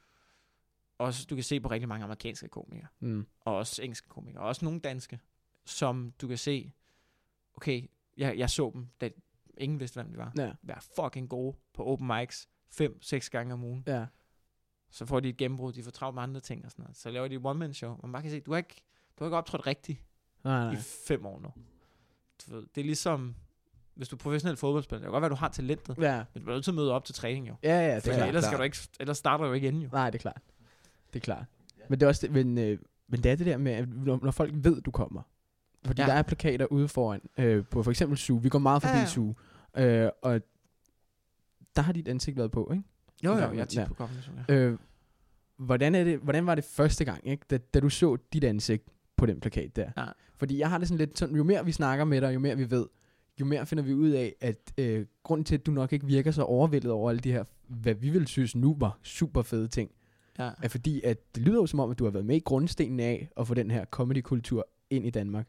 også du kan se på rigtig mange amerikanske komikere, Mm. og også engelske komikere, og også nogle danske, som du kan se, okay, jeg, jeg så dem, da ingen vidste, hvem de var, Ja. være fucking gode på open mics, fem, seks gange om ugen. Ja. Så får de et gennembrud, de får travlt med andre ting og sådan noget. Så laver de et one-man-show, og man bare kan se, du har ikke, du har ikke optrådt rigtigt Nej, i nej. fem år nu. Du ved, det er ligesom, hvis du er professionel fodboldspiller, det kan godt være, du har talentet, Ja. men du bliver nødt til at møde op til træning jo. Ja, ja, det er Fordi klart. ellers, skal klart. du ikke, ellers starter du jo ikke inden jo. Nej, det er klart. Det er klart. Men det er også det, men, øh, men det er det der med, at når, når folk ved, du kommer. Fordi Ja. ja. der er plakater ude foran, øh, på for eksempel Zoo. Vi går meget forbi Ja, ja, ja. Zoo. Øh, og der har dit ansigt været på, ikke? Jo, Ja, jo, jeg er tit ja. på Comedy Zoo, ja. Øh, hvordan, er det, hvordan var det første gang, ikke? Da, da du så dit ansigt på den plakat der? Ja. Fordi jeg har det sådan lidt sådan, jo mere vi snakker med dig, jo mere vi ved, jo mere finder vi ud af, at øh, grunden til, at du nok ikke virker så overvældet over alle de her, hvad vi vil synes nu var super fede ting, ja. er fordi, at det lyder jo som om, at du har været med i grundstenen af at få den her comedy-kultur ind i Danmark.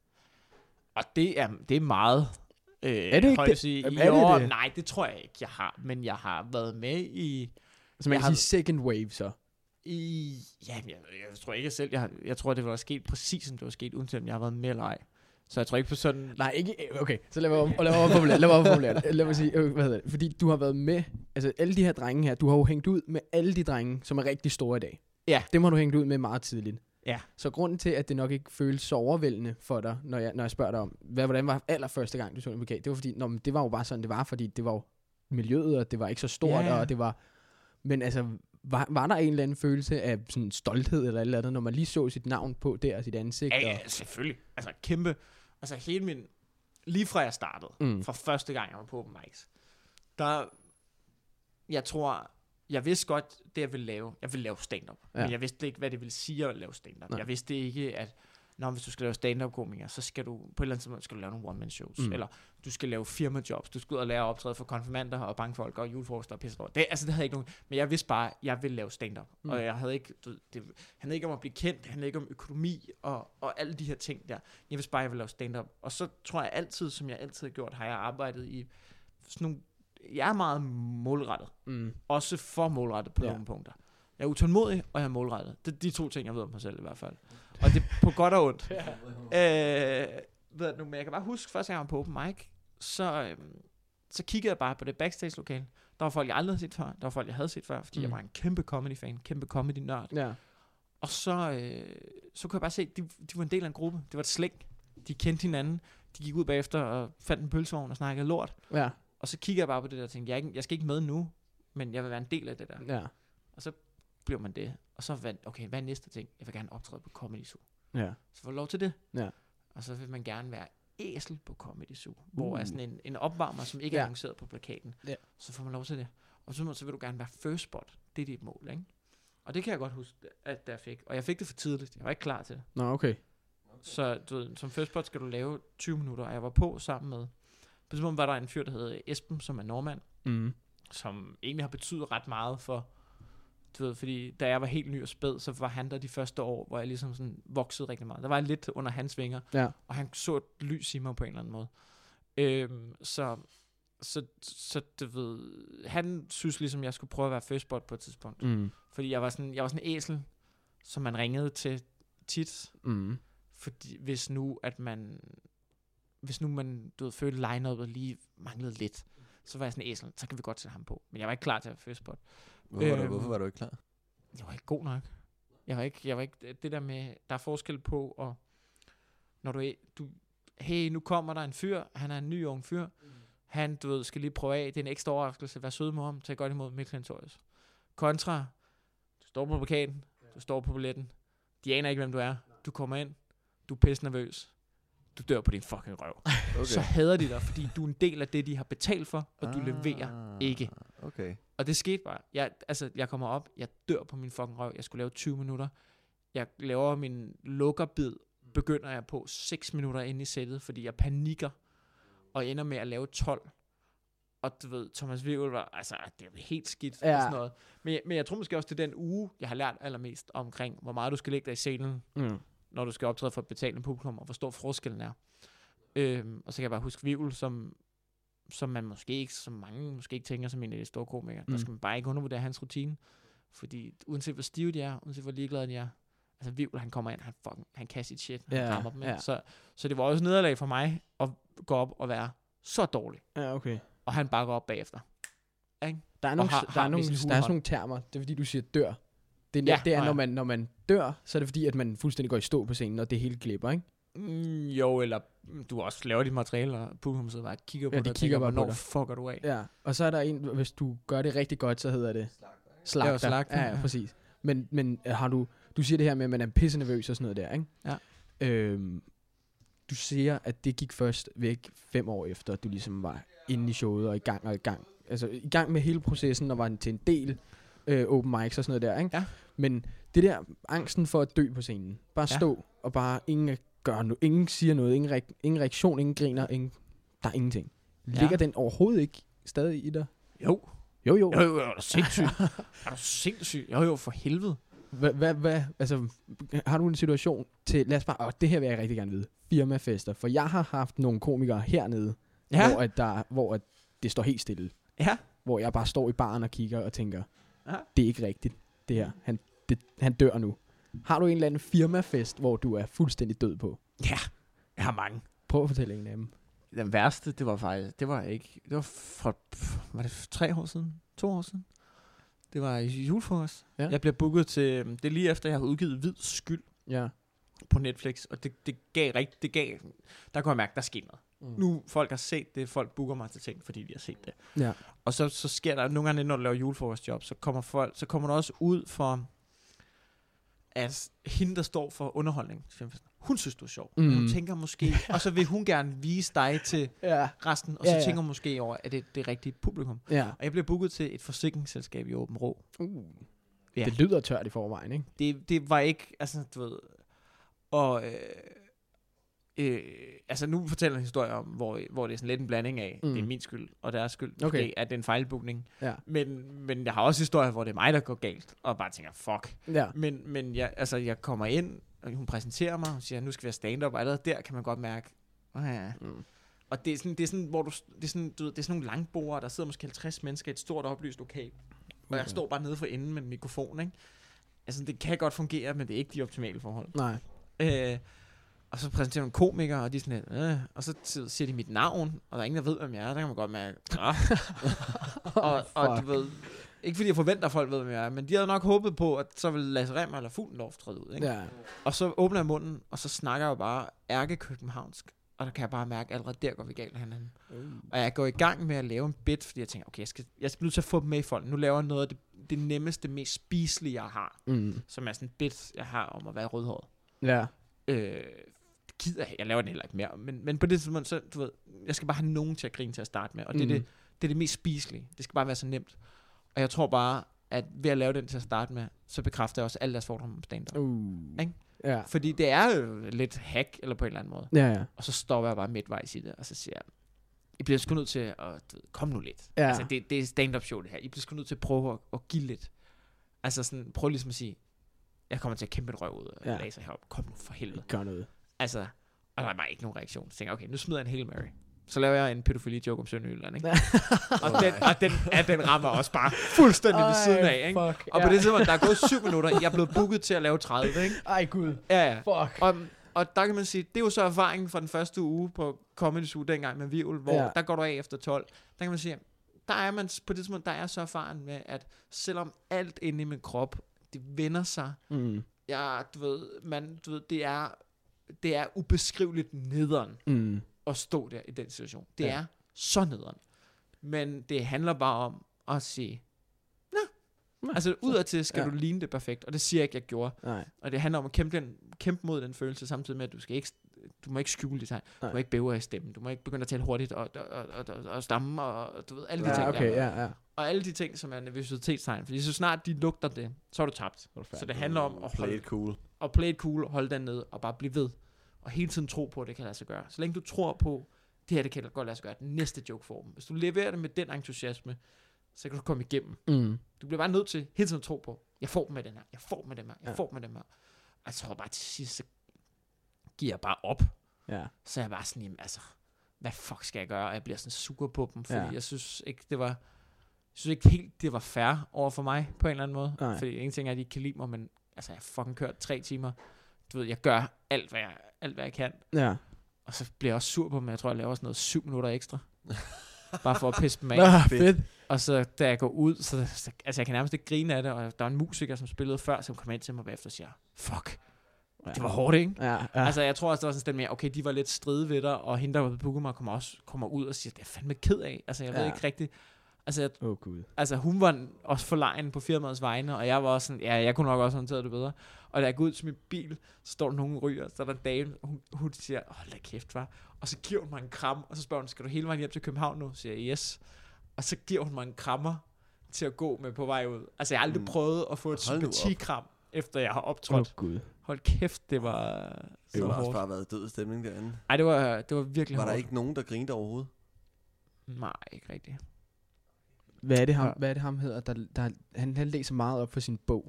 Og det er, det er meget øh, Er det ikke højt det? at sige. Er det Jo, det? nej, det tror jeg ikke, jeg har. Men jeg har været med i... Så man Jeg kan har- sige second wave så. i ja, jeg, jeg tror ikke selv, jeg, har, jeg tror, det var sket præcis, som det var sket, uden om jeg har været med eller ej. Så jeg tror ikke på sådan... Nej, ikke... Okay, så lad mig om, lad mig omformulere. Lad mig omformulere. Lad mig sige, øh, hvad hedder det? Fordi du har været med... Altså, alle de her drenge her, du har jo hængt ud med alle de drenge, som er rigtig store i dag. Ja. Dem har du hængt ud med meget tidligt. Ja. Så grunden til, at det nok ikke føles så overvældende for dig, når jeg, når jeg spørger dig om, hvad, hvordan var allerførste gang, du så en plakat? Det var fordi, nå, men det var jo bare sådan, det var, fordi det var jo miljøet, og det var ikke så stort, Ja, ja. og det var... Men altså, var, var der en eller anden følelse af sådan stolthed eller et eller andet, når man lige så sit navn på der, og sit ansigt? Ja, ja, Og, selvfølgelig. Altså kæmpe... Altså hele min... Lige fra jeg startede, Mm. fra første gang jeg var på open mics, der... Jeg tror... Jeg vidste godt, det jeg ville lave. Jeg ville lave stand-up. Ja. Men jeg vidste ikke, hvad det ville sige at lave stand-up. Nej. Jeg vidste ikke, at... Når hvis du skal lave stand-up-komiker, så skal du på et eller andet tidspunkt skal du lave nogle one-man-shows. Mm. Mm. Eller du skal lave firma-jobs. Du skal ud og lære at optræde for konfirmander og bankfolk og julefrokoster og pisse. Det, altså, det havde jeg ikke nogen... Men jeg vidste bare, at jeg ville lave stand-up. Mm. Mm. Og jeg havde ikke... Du, ved, det handlede ikke om at blive kendt. Det handlede ikke om økonomi og, og alle de her ting der. Jeg vidste bare, at jeg ville lave stand-up. Og så tror jeg altid, som jeg altid har gjort, har jeg arbejdet i sådan nogle... Jeg er meget målrettet. mm. Også for målrettet på Ja. ja. nogle punkter. Jeg er utålmodig, og jeg er målrettet. Det er de to ting, jeg ved om mig selv i hvert fald. Og det er på godt og ondt. øh, ved jeg nu, men jeg kan bare huske, første gang jeg var på open mic, så, øh, så kiggede jeg bare på det backstage-lokale. Der var folk, jeg aldrig havde set før. Der var folk, jeg havde set før, fordi Mm. mm. jeg var en kæmpe comedy-fan, kæmpe comedy-nørd. Ja. Og så, øh, så kunne jeg bare se, at de, de var en del af en gruppe. Det var et slæng. De kendte hinanden. De gik ud bagefter og fandt en pølsevogn og snakkede lort. Ja. Og så kiggede jeg bare på det der og tænkte, jeg, er ikke, jeg skal ikke med nu, men jeg vil være en del af det der. Ja. Og så blev man det. Og så vandt, okay, hvad er næste ting? Jeg vil gerne optræde på Comedy Zoo. Ja. Så får du lov til det. Ja. Og så vil man gerne være æsel på Comedy Zoo, hvor Uh. er sådan en, en opvarmer, som ikke er Ja. annonceret på plakaten. Ja. Så får man lov til det. Og så, så vil du gerne være first spot. Det er dit mål, ikke? Og det kan jeg godt huske, at jeg fik. Og jeg fik det for tidligt. Jeg var ikke klar til det. Nå, okay. Så du ved, som first spot skal du lave tyve minutter, og jeg var på sammen med... På det var der en fyr, der hedder Esben, som er nordmand, Mm. som egentlig har betydet ret meget for, du ved, fordi da jeg var helt ny og spæd, så var han der de første år, hvor jeg ligesom sådan voksede rigtig meget. Der var jeg lidt under hans vinger, Ja. og han så et lys i mig på en eller anden måde. Øhm, så, så, så du ved, han synes ligesom, jeg skulle prøve at være first spot på et tidspunkt. Mm. Fordi jeg var sådan, jeg var sådan en æsel, som man ringede til tit, Mm. fordi hvis nu, at man hvis nu man, du ved, følte line-up'et lige manglede lidt, så var jeg sådan æsel, så kan vi godt sætte ham på. Men jeg var ikke klar til at first spot. Hvorfor, var du, Øhm, hvorfor var du ikke klar? Jeg var ikke god nok. Jeg var ikke, jeg var ikke, det der med, der er forskel på, og når du, er- du, hey, nu kommer der en fyr, han er en ny ung fyr, han, du ved, skal lige prøve af, det er en ekstra overraskelse, vær sød med ham, tag godt imod Mikkel Torres. Kontra, du står på plakaten, du står på billetten, de aner ikke, hvem du er, du kommer ind, du er pisse nervøs, du dør på din fucking røv. Okay. Så hader de dig, fordi du er en del af det, de har betalt for, og du leverer ikke. Okay. Og det skete bare. Jeg, altså, jeg kommer op, jeg dør på min fucking røv. Jeg skulle lave tyve minutter. Jeg laver min lukkerbid, begynder jeg på seks minutter inde i sættet, fordi jeg panikker, og ender med at lave tolv. Og du ved, Thomas Wivel var, altså, det er helt skidt Ja. og sådan noget. Men, men jeg tror måske også, det er den uge, jeg har lært allermest omkring, hvor meget du skal lægge dig i scenen, Mm. når du skal optræde for et betalende publikum, og hvor stor forskellen er. Øhm, og så kan jeg bare huske Wivel, som, som man måske ikke, som mange måske ikke tænker som en af de store komikere. Mm. Der skal man bare ikke undervurdere hans rutine. Fordi uanset hvor stive de er, uanset hvor ligeglade de er, altså Wivel, han kommer ind, han, fucking, han kan sit shit, han Ja, rammer dem. ja. Så, så det var også nederlag for mig, at gå op og være så dårlig. Ja, okay. Og han bakker op bagefter. Ikke? Der er, nogle, har- der, har er nogle, sin der er hulehånd. sådan nogle termer. Det er fordi, du siger dør. Det er, Ja, ja, det er nå ja. når, man, når man dør, så er det fordi, at man fuldstændig går i stå på scenen, og det hele glipper, ikke? Mm, jo, eller mm, du også laver dit materiale, og publikum sidder bare og kigger på Ja, dig, de og kigger tænker, bare på hvornår dig. fucker du af? Ja, og så er der en, hvis du gør det rigtig godt, så hedder det slagter. Ja, slagter, Ja, ja, ja. præcis. Men, men øh, har du, du siger det her med, at man er pisse nervøs og sådan noget der, ikke? Ja. Øhm, du siger, at det gik først væk fem år efter, at du ligesom var inde i showet og i gang og i gang. Altså i gang med hele processen og var til en del øh, open mics og sådan noget der, ikke? Ja. Men det der angsten for at dø på scenen, bare Ja. stå og bare ingen gør no- ingen siger noget, ingen, reak- ingen reaktion, ingen griner, ingen, der er ingenting. Ja. Ligger den overhovedet ikke stadig i dig? Jo. Jo, jo. Jo, jo, er du sindssyg? Er du sindssyg? Jo, jo, for helvede. Hvad, hvad, hvad, altså, har du en situation til, lad os bare, åh, det her vil jeg rigtig gerne vide, firmafester, for jeg har haft nogle komikere hernede, Ja. hvor, at der, hvor at det står helt stille, Ja. hvor jeg bare står i baren og kigger og tænker, Ja. det er ikke rigtigt, det her, han, det, han dør nu. Har du en eller anden firmafest, hvor du er fuldstændig død på? Ja, jeg har mange. Prøv at fortælle en af dem. Den værste, det var faktisk, det var ikke, det var for, var det tre år siden? To år siden? Det var i julefrokost. Ja. Jeg blev booket til, det er lige efter, jeg har udgivet Hvid Skyld Ja. på Netflix, og det, det gav rigtig, det gav, der kunne jeg mærke, der skete noget. Mm. Nu, folk har set det, folk booker mig til ting, fordi de har set det. Ja. Og så, så sker der nogle gange, når du laver julefrokostjob, så kommer folk, så kommer du også ud for, at hende, der står for underholdning, hun synes, du er sjov. Mm. Hun Mm. tænker måske, og så vil hun gerne vise dig til Ja. resten, og Ja, så ja. tænker hun måske over, at det er det rigtige publikum. Ja. Og jeg blev booket til et forsikringsselskab i Åben Rå. Uh. Ja. Det lyder tørt i forvejen, ikke? Det, det var ikke, altså du ved, og øh, øh, altså nu fortæller jeg en historie om, hvor, hvor det er sådan lidt en blanding af, mm. Mm. det er min skyld, og deres skyld, Okay. okay. at det er en fejlbookning. Ja. Men, men jeg har også historier, hvor det er mig, der går galt, og bare tænker, fuck. Ja. Men, men jeg, altså, jeg kommer ind, og hun præsenterer mig, og siger, nu skal vi have stand-up, og allerede der kan man godt mærke, oh, ja. Mm. Og det er sådan, det er sådan, hvor du, det er sådan, du ved, det er sådan nogle langbord, der sidder måske halvtreds mennesker i et stort oplyst lokal, og jeg Okay. står bare nede for enden med en mikrofon, ikke? Altså, det kan godt fungere, men det er ikke de optimale forhold. Nej. Øh, og så præsenterer hun komiker, og de er sådan lidt, øh, og så t- siger de mit navn, og der er ingen, der ved, hvem jeg er. Der kan man godt mærke, ah. og, og du ved, ikke fordi jeg forventer, at folk ved, hvem jeg er, men de havde nok håbet på, at så ville Lasse Remmer eller Fuglendorf træde ud, ikke? Ja. Og så åbner jeg munden, og så snakker jeg jo bare ærkekøbenhavnsk, og der kan jeg bare mærke, at allerede der går vi galt hinanden. Uh. Og jeg går i gang med at lave en bit, fordi jeg tænker, okay, jeg skal, jeg skal nødt til at få dem med i folk. Nu laver jeg noget af det, det nemmeste, mest spiselige, jeg har, Mm. som er sådan en bit, jeg har om at være rødhåret. Ja. Øh, det gider jeg, jeg laver den heller ikke mere, men, men på det tidspunkt, så, du ved, jeg skal bare have nogen til at grine til at starte med, og det, Mm. er det, det er det mest spiselige. Det skal bare være så nemt. Og jeg tror bare, at ved at lave den til at starte med, så bekræfter jeg også alle deres fordomme om stand-up. Uh. Ikke? Ja. Fordi det er jo lidt hack, eller på en eller anden måde. Ja, ja. Og så stopper jeg bare midtvejs i det, og så siger jeg, I bliver sgu nødt til at, du ved, komme nu lidt. Ja. Altså, det, det er stand-up show det her. I bliver sgu nødt til at prøve at, at give lidt. Altså sådan, prøv ligesom at sige, jeg kommer til at kæmpe et røv ud og Ja. laser heroppe. Kom nu for helvede. Gør noget. Altså, og der er bare ikke nogen reaktion. Så tænker jeg, okay, nu smider jeg en Hail Mary. Så laver jeg en pædofili-joke om Sønderjylland, ikke? og, den, og, den, ja, den rammer også bare fuldstændig ved siden af, ikke? Fuck. Og på det tidspunkt, der er gået syv minutter, jeg er blevet booket til at lave tredive, ikke? Ej, gud. Ja, ja. Fuck. Og, og der kan man sige, det er jo så erfaringen fra den første uge på Comedy Zoo dengang med Virvel, hvor Ja. der går du af efter tolv. Der kan man sige, der er man på det tidspunkt, der er så erfaren med, at selvom alt inde i min krop, det vender sig, Mm. ja, du ved, man, du ved, det er, det er ubeskriveligt nederen Mm. at stå der i den situation. Det Ja. er så nederen. Men det handler bare om at sige, nå, Nå, altså udadtil skal ja. du ligne det perfekt, og det siger jeg ikke, jeg gjorde. Nej. Og det handler om at kæmpe, den, kæmpe mod den følelse, samtidig med, at du skal ikke, du må ikke skjule det tegn. Du Nej. må ikke bæve af stemmen. Du må ikke begynde at tale hurtigt og, og, og, og, og stamme og, og du ved, alle de Ja, ting okay, der. ja, ja. Og alle de ting, som er nervøsitetstegn. Fordi så snart de lugter det, så er du tabt. Så det handler om at Play holde, it cool. at play it cool, holde den nede og bare blive ved. Og hele tiden tro på, at det kan lade sig gøre. Så længe du tror på, det her det kan godt lade sig gøre, den næste joke form. Hvis du leverer det med den entusiasme, så kan du komme igennem. Mm. Du bliver bare nødt til hele tiden at tro på, jeg får dem med den her, jeg får dem med dem her, jeg Ja. får dem med dem her. Og så bare til sidst, så giver jeg bare op. Ja. Så er jeg bare sådan, jamen, altså, hvad fuck skal jeg gøre? Og jeg bliver sådan sur på dem, fordi Ja. jeg synes ikke, det var, jeg synes ikke helt, det var fair over for mig, på en eller anden måde. Nej. Fordi en ting er, at de ikke kan lide mig, men altså, jeg har fucking kørt tre timer. Du ved, jeg gør alt, hvad jeg, alt, hvad jeg kan. Ja. Og så bliver jeg også sur på dem. Jeg tror, jeg laver sådan noget syv minutter ekstra. Bare for at pisse dem af. Nå, fedt. Og så da jeg går ud, så, så altså jeg kan nærmest ikke grine af det, og der var en musiker, som spillede før, som kom ind til mig bagefter og siger, fuck, det var hårdt, ikke? Ja, ja. Ja. Altså jeg tror også, der var sådan en stemme mere, okay, de var lidt stride ved dig, og hende, der var på publikum, kommer også kommer ud og siger, det er fandme ked af. Altså jeg ved Ja. ikke rigtigt. Altså, jeg, Åh, oh, gud. altså hun var også forlegen på firmaets vegne, og jeg var også sådan, ja, jeg kunne nok også håndtere det bedre. Og da jeg går ud til min bil, så står der nogen ryger, så er der en dame, hun, hun siger, hold da kæft, var. Og så giver hun mig en kram, og så spørger hun, skal du hele vejen hjem til København nu? Så siger jeg, yes. Og så giver hun mig en krammer til at gå med på vej ud. Altså jeg har aldrig Mm. prøvet at få et Hold nu op. sympatikram, efter jeg har Åh, optrådt. oh, gud. Hold kæft, det var Så så har også hårdt. bare været død stemning derinde. Ej, det var, det var virkelig Var der hårdt. ikke nogen, der grinede overhovedet? Nej, ikke rigtigt. Hvad er det ham, Ja. hvad er det ham hedder, der, der han, han læser meget op for sin bog.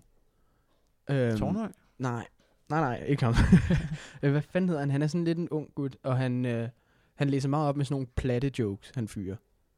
Øhm, Tornhøj? Nej, nej, nej, ikke ham. Øh, Hvad fanden hedder han? Han er sådan lidt en ung gut, og han, øh, han læser meget op med sådan nogle platte jokes, han fyrer.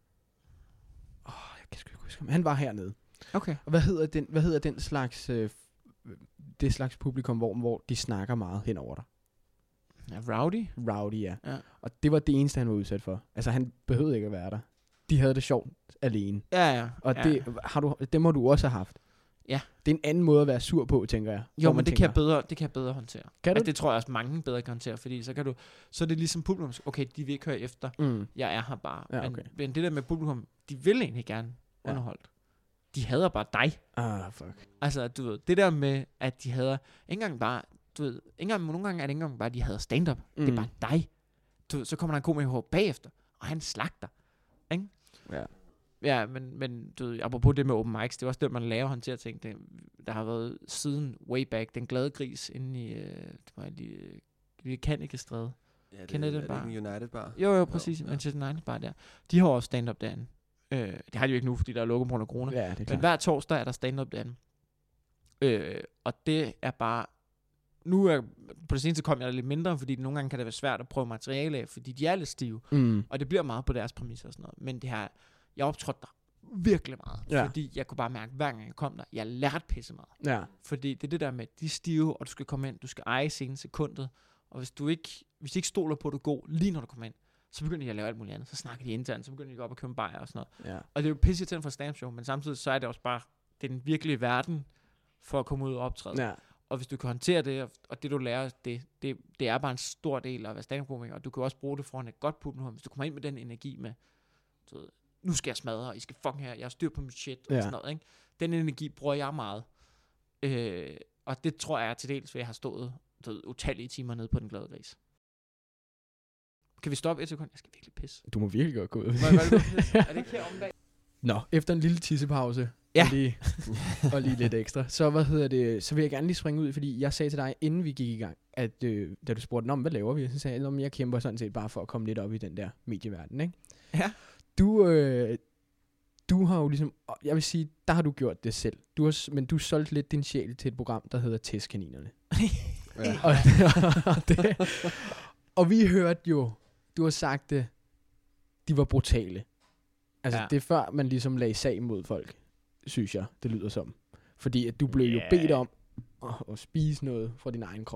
Åh, oh, jeg kan sgu ikke huske ham. Han var hernede. Okay. Og hvad hedder den, hvad hedder den slags, øh, f- det slags publikum, hvor, hvor de snakker meget hen over dig? Ja, Rowdy? Rowdy, ja. Ja. Og det var det eneste, han var udsat for. Altså, han behøvede ikke at være der. De havde det sjovt alene. Ja, ja. Og ja. det, har du, det må du også have haft. Ja. Det er en anden måde at være sur på, tænker jeg. Jo, Hvor men man det kan, tænker, jeg bedre, det kan jeg bedre håndtere. Kan du? Altså, det tror jeg også mange bedre kan håndtere, fordi så kan du, så er det ligesom publikum, okay, de vil ikke høre efter, Mm. jeg er her bare. Ja, men, okay. men det der med publikum, de vil egentlig gerne Ja. underholdt. De hader bare dig. Ah, fuck. Altså, du ved, det der med, at de hader, ikke engang bare, du ved, ikke engang, nogle gange er det ikke engang bare, at de hader stand-up. Mm. Det er Mm. bare dig. Du ved, så kommer der en komiker bagefter, og han slagter. Ikke? Ja. Ja, men, men du ved, apropos det med open mics, det er også det, man lærer at håndtere ting. Det, der har været siden way back, den glade gris inde i, øh, det var lige, lige Kannikestræde. Ja, det, Kender I den er det bar? ikke en United bar? Jo, jo, præcis. ja. Manchester United bare der. De har også stand-up derinde. Øh, det har de jo ikke nu, fordi der er lukket på grund af corona. Ja, det er Men klart. hver torsdag er der stand-up derinde. Øh, og det er bare... Nu er, på det seneste kom jeg der lidt mindre, fordi nogle gange kan det være svært at prøve materiale af, fordi de er lidt stive. Mm. Og det bliver meget på deres præmisser og sådan noget. Men det her, jeg optrådte der virkelig meget. Ja. Fordi jeg kunne bare mærke, hver gang jeg kom der, jeg lærte pisse meget. Ja. Fordi det er det der med, de er stive, og du skal komme ind, du skal eje scenen sekundet. Og hvis du ikke, hvis de ikke stoler på, at du er god, lige når du kommer ind, så begynder de at lave alt muligt andet. Så snakker de internt, så begynder de at gå op og købe en bajer og sådan noget. Ja. Og det er jo pisse til for stand show, men samtidig så er det også bare, det er den virkelige verden for at komme ud og optræde. Ja. Og hvis du kan håndtere det, og- og det du lærer, det, det, det er bare en stor del af at være stand-up-komiker, og du kan også bruge det foran et godt publikum, hvis du kommer ind med den energi med, du ved, nu skal jeg smadre, og I skal fucking her, jeg har styr på mit shit, og Ja. sådan noget, ikke? Den energi bruger jeg meget. Øh, og det tror jeg til dels, ved at jeg har stået du ved, utallige timer nede på den glade gris. Kan vi stoppe et sekund? Jeg skal virkelig pisse. Du må virkelig godt gå ud. Må jeg godt gå og pisse? Er det ikke her om dagen? Nå, efter en lille tissepause, Ja. og, lige, og lige lidt ekstra, så, hvad hedder det, så vil jeg gerne lige springe ud, fordi jeg sagde til dig, inden vi gik i gang, at øh, da du spurgte om, hvad laver vi, så sagde jeg, at jeg kæmper sådan set bare for at komme lidt op i den der medieverden, ikke? Ja. Du, øh, du har jo ligesom, og jeg vil sige, der har du gjort det selv, du har, s- men du solgte lidt din sjæl til et program, der hedder Testkaninerne. Ja. Og, og, det, og vi hørte jo, du har sagt det, de var brutale. Altså, Ja. ja. det er før, man ligesom lagde sag mod folk, synes jeg, det lyder som. Fordi at du blev jo Ja. bedt om at, at spise noget fra din egen krop.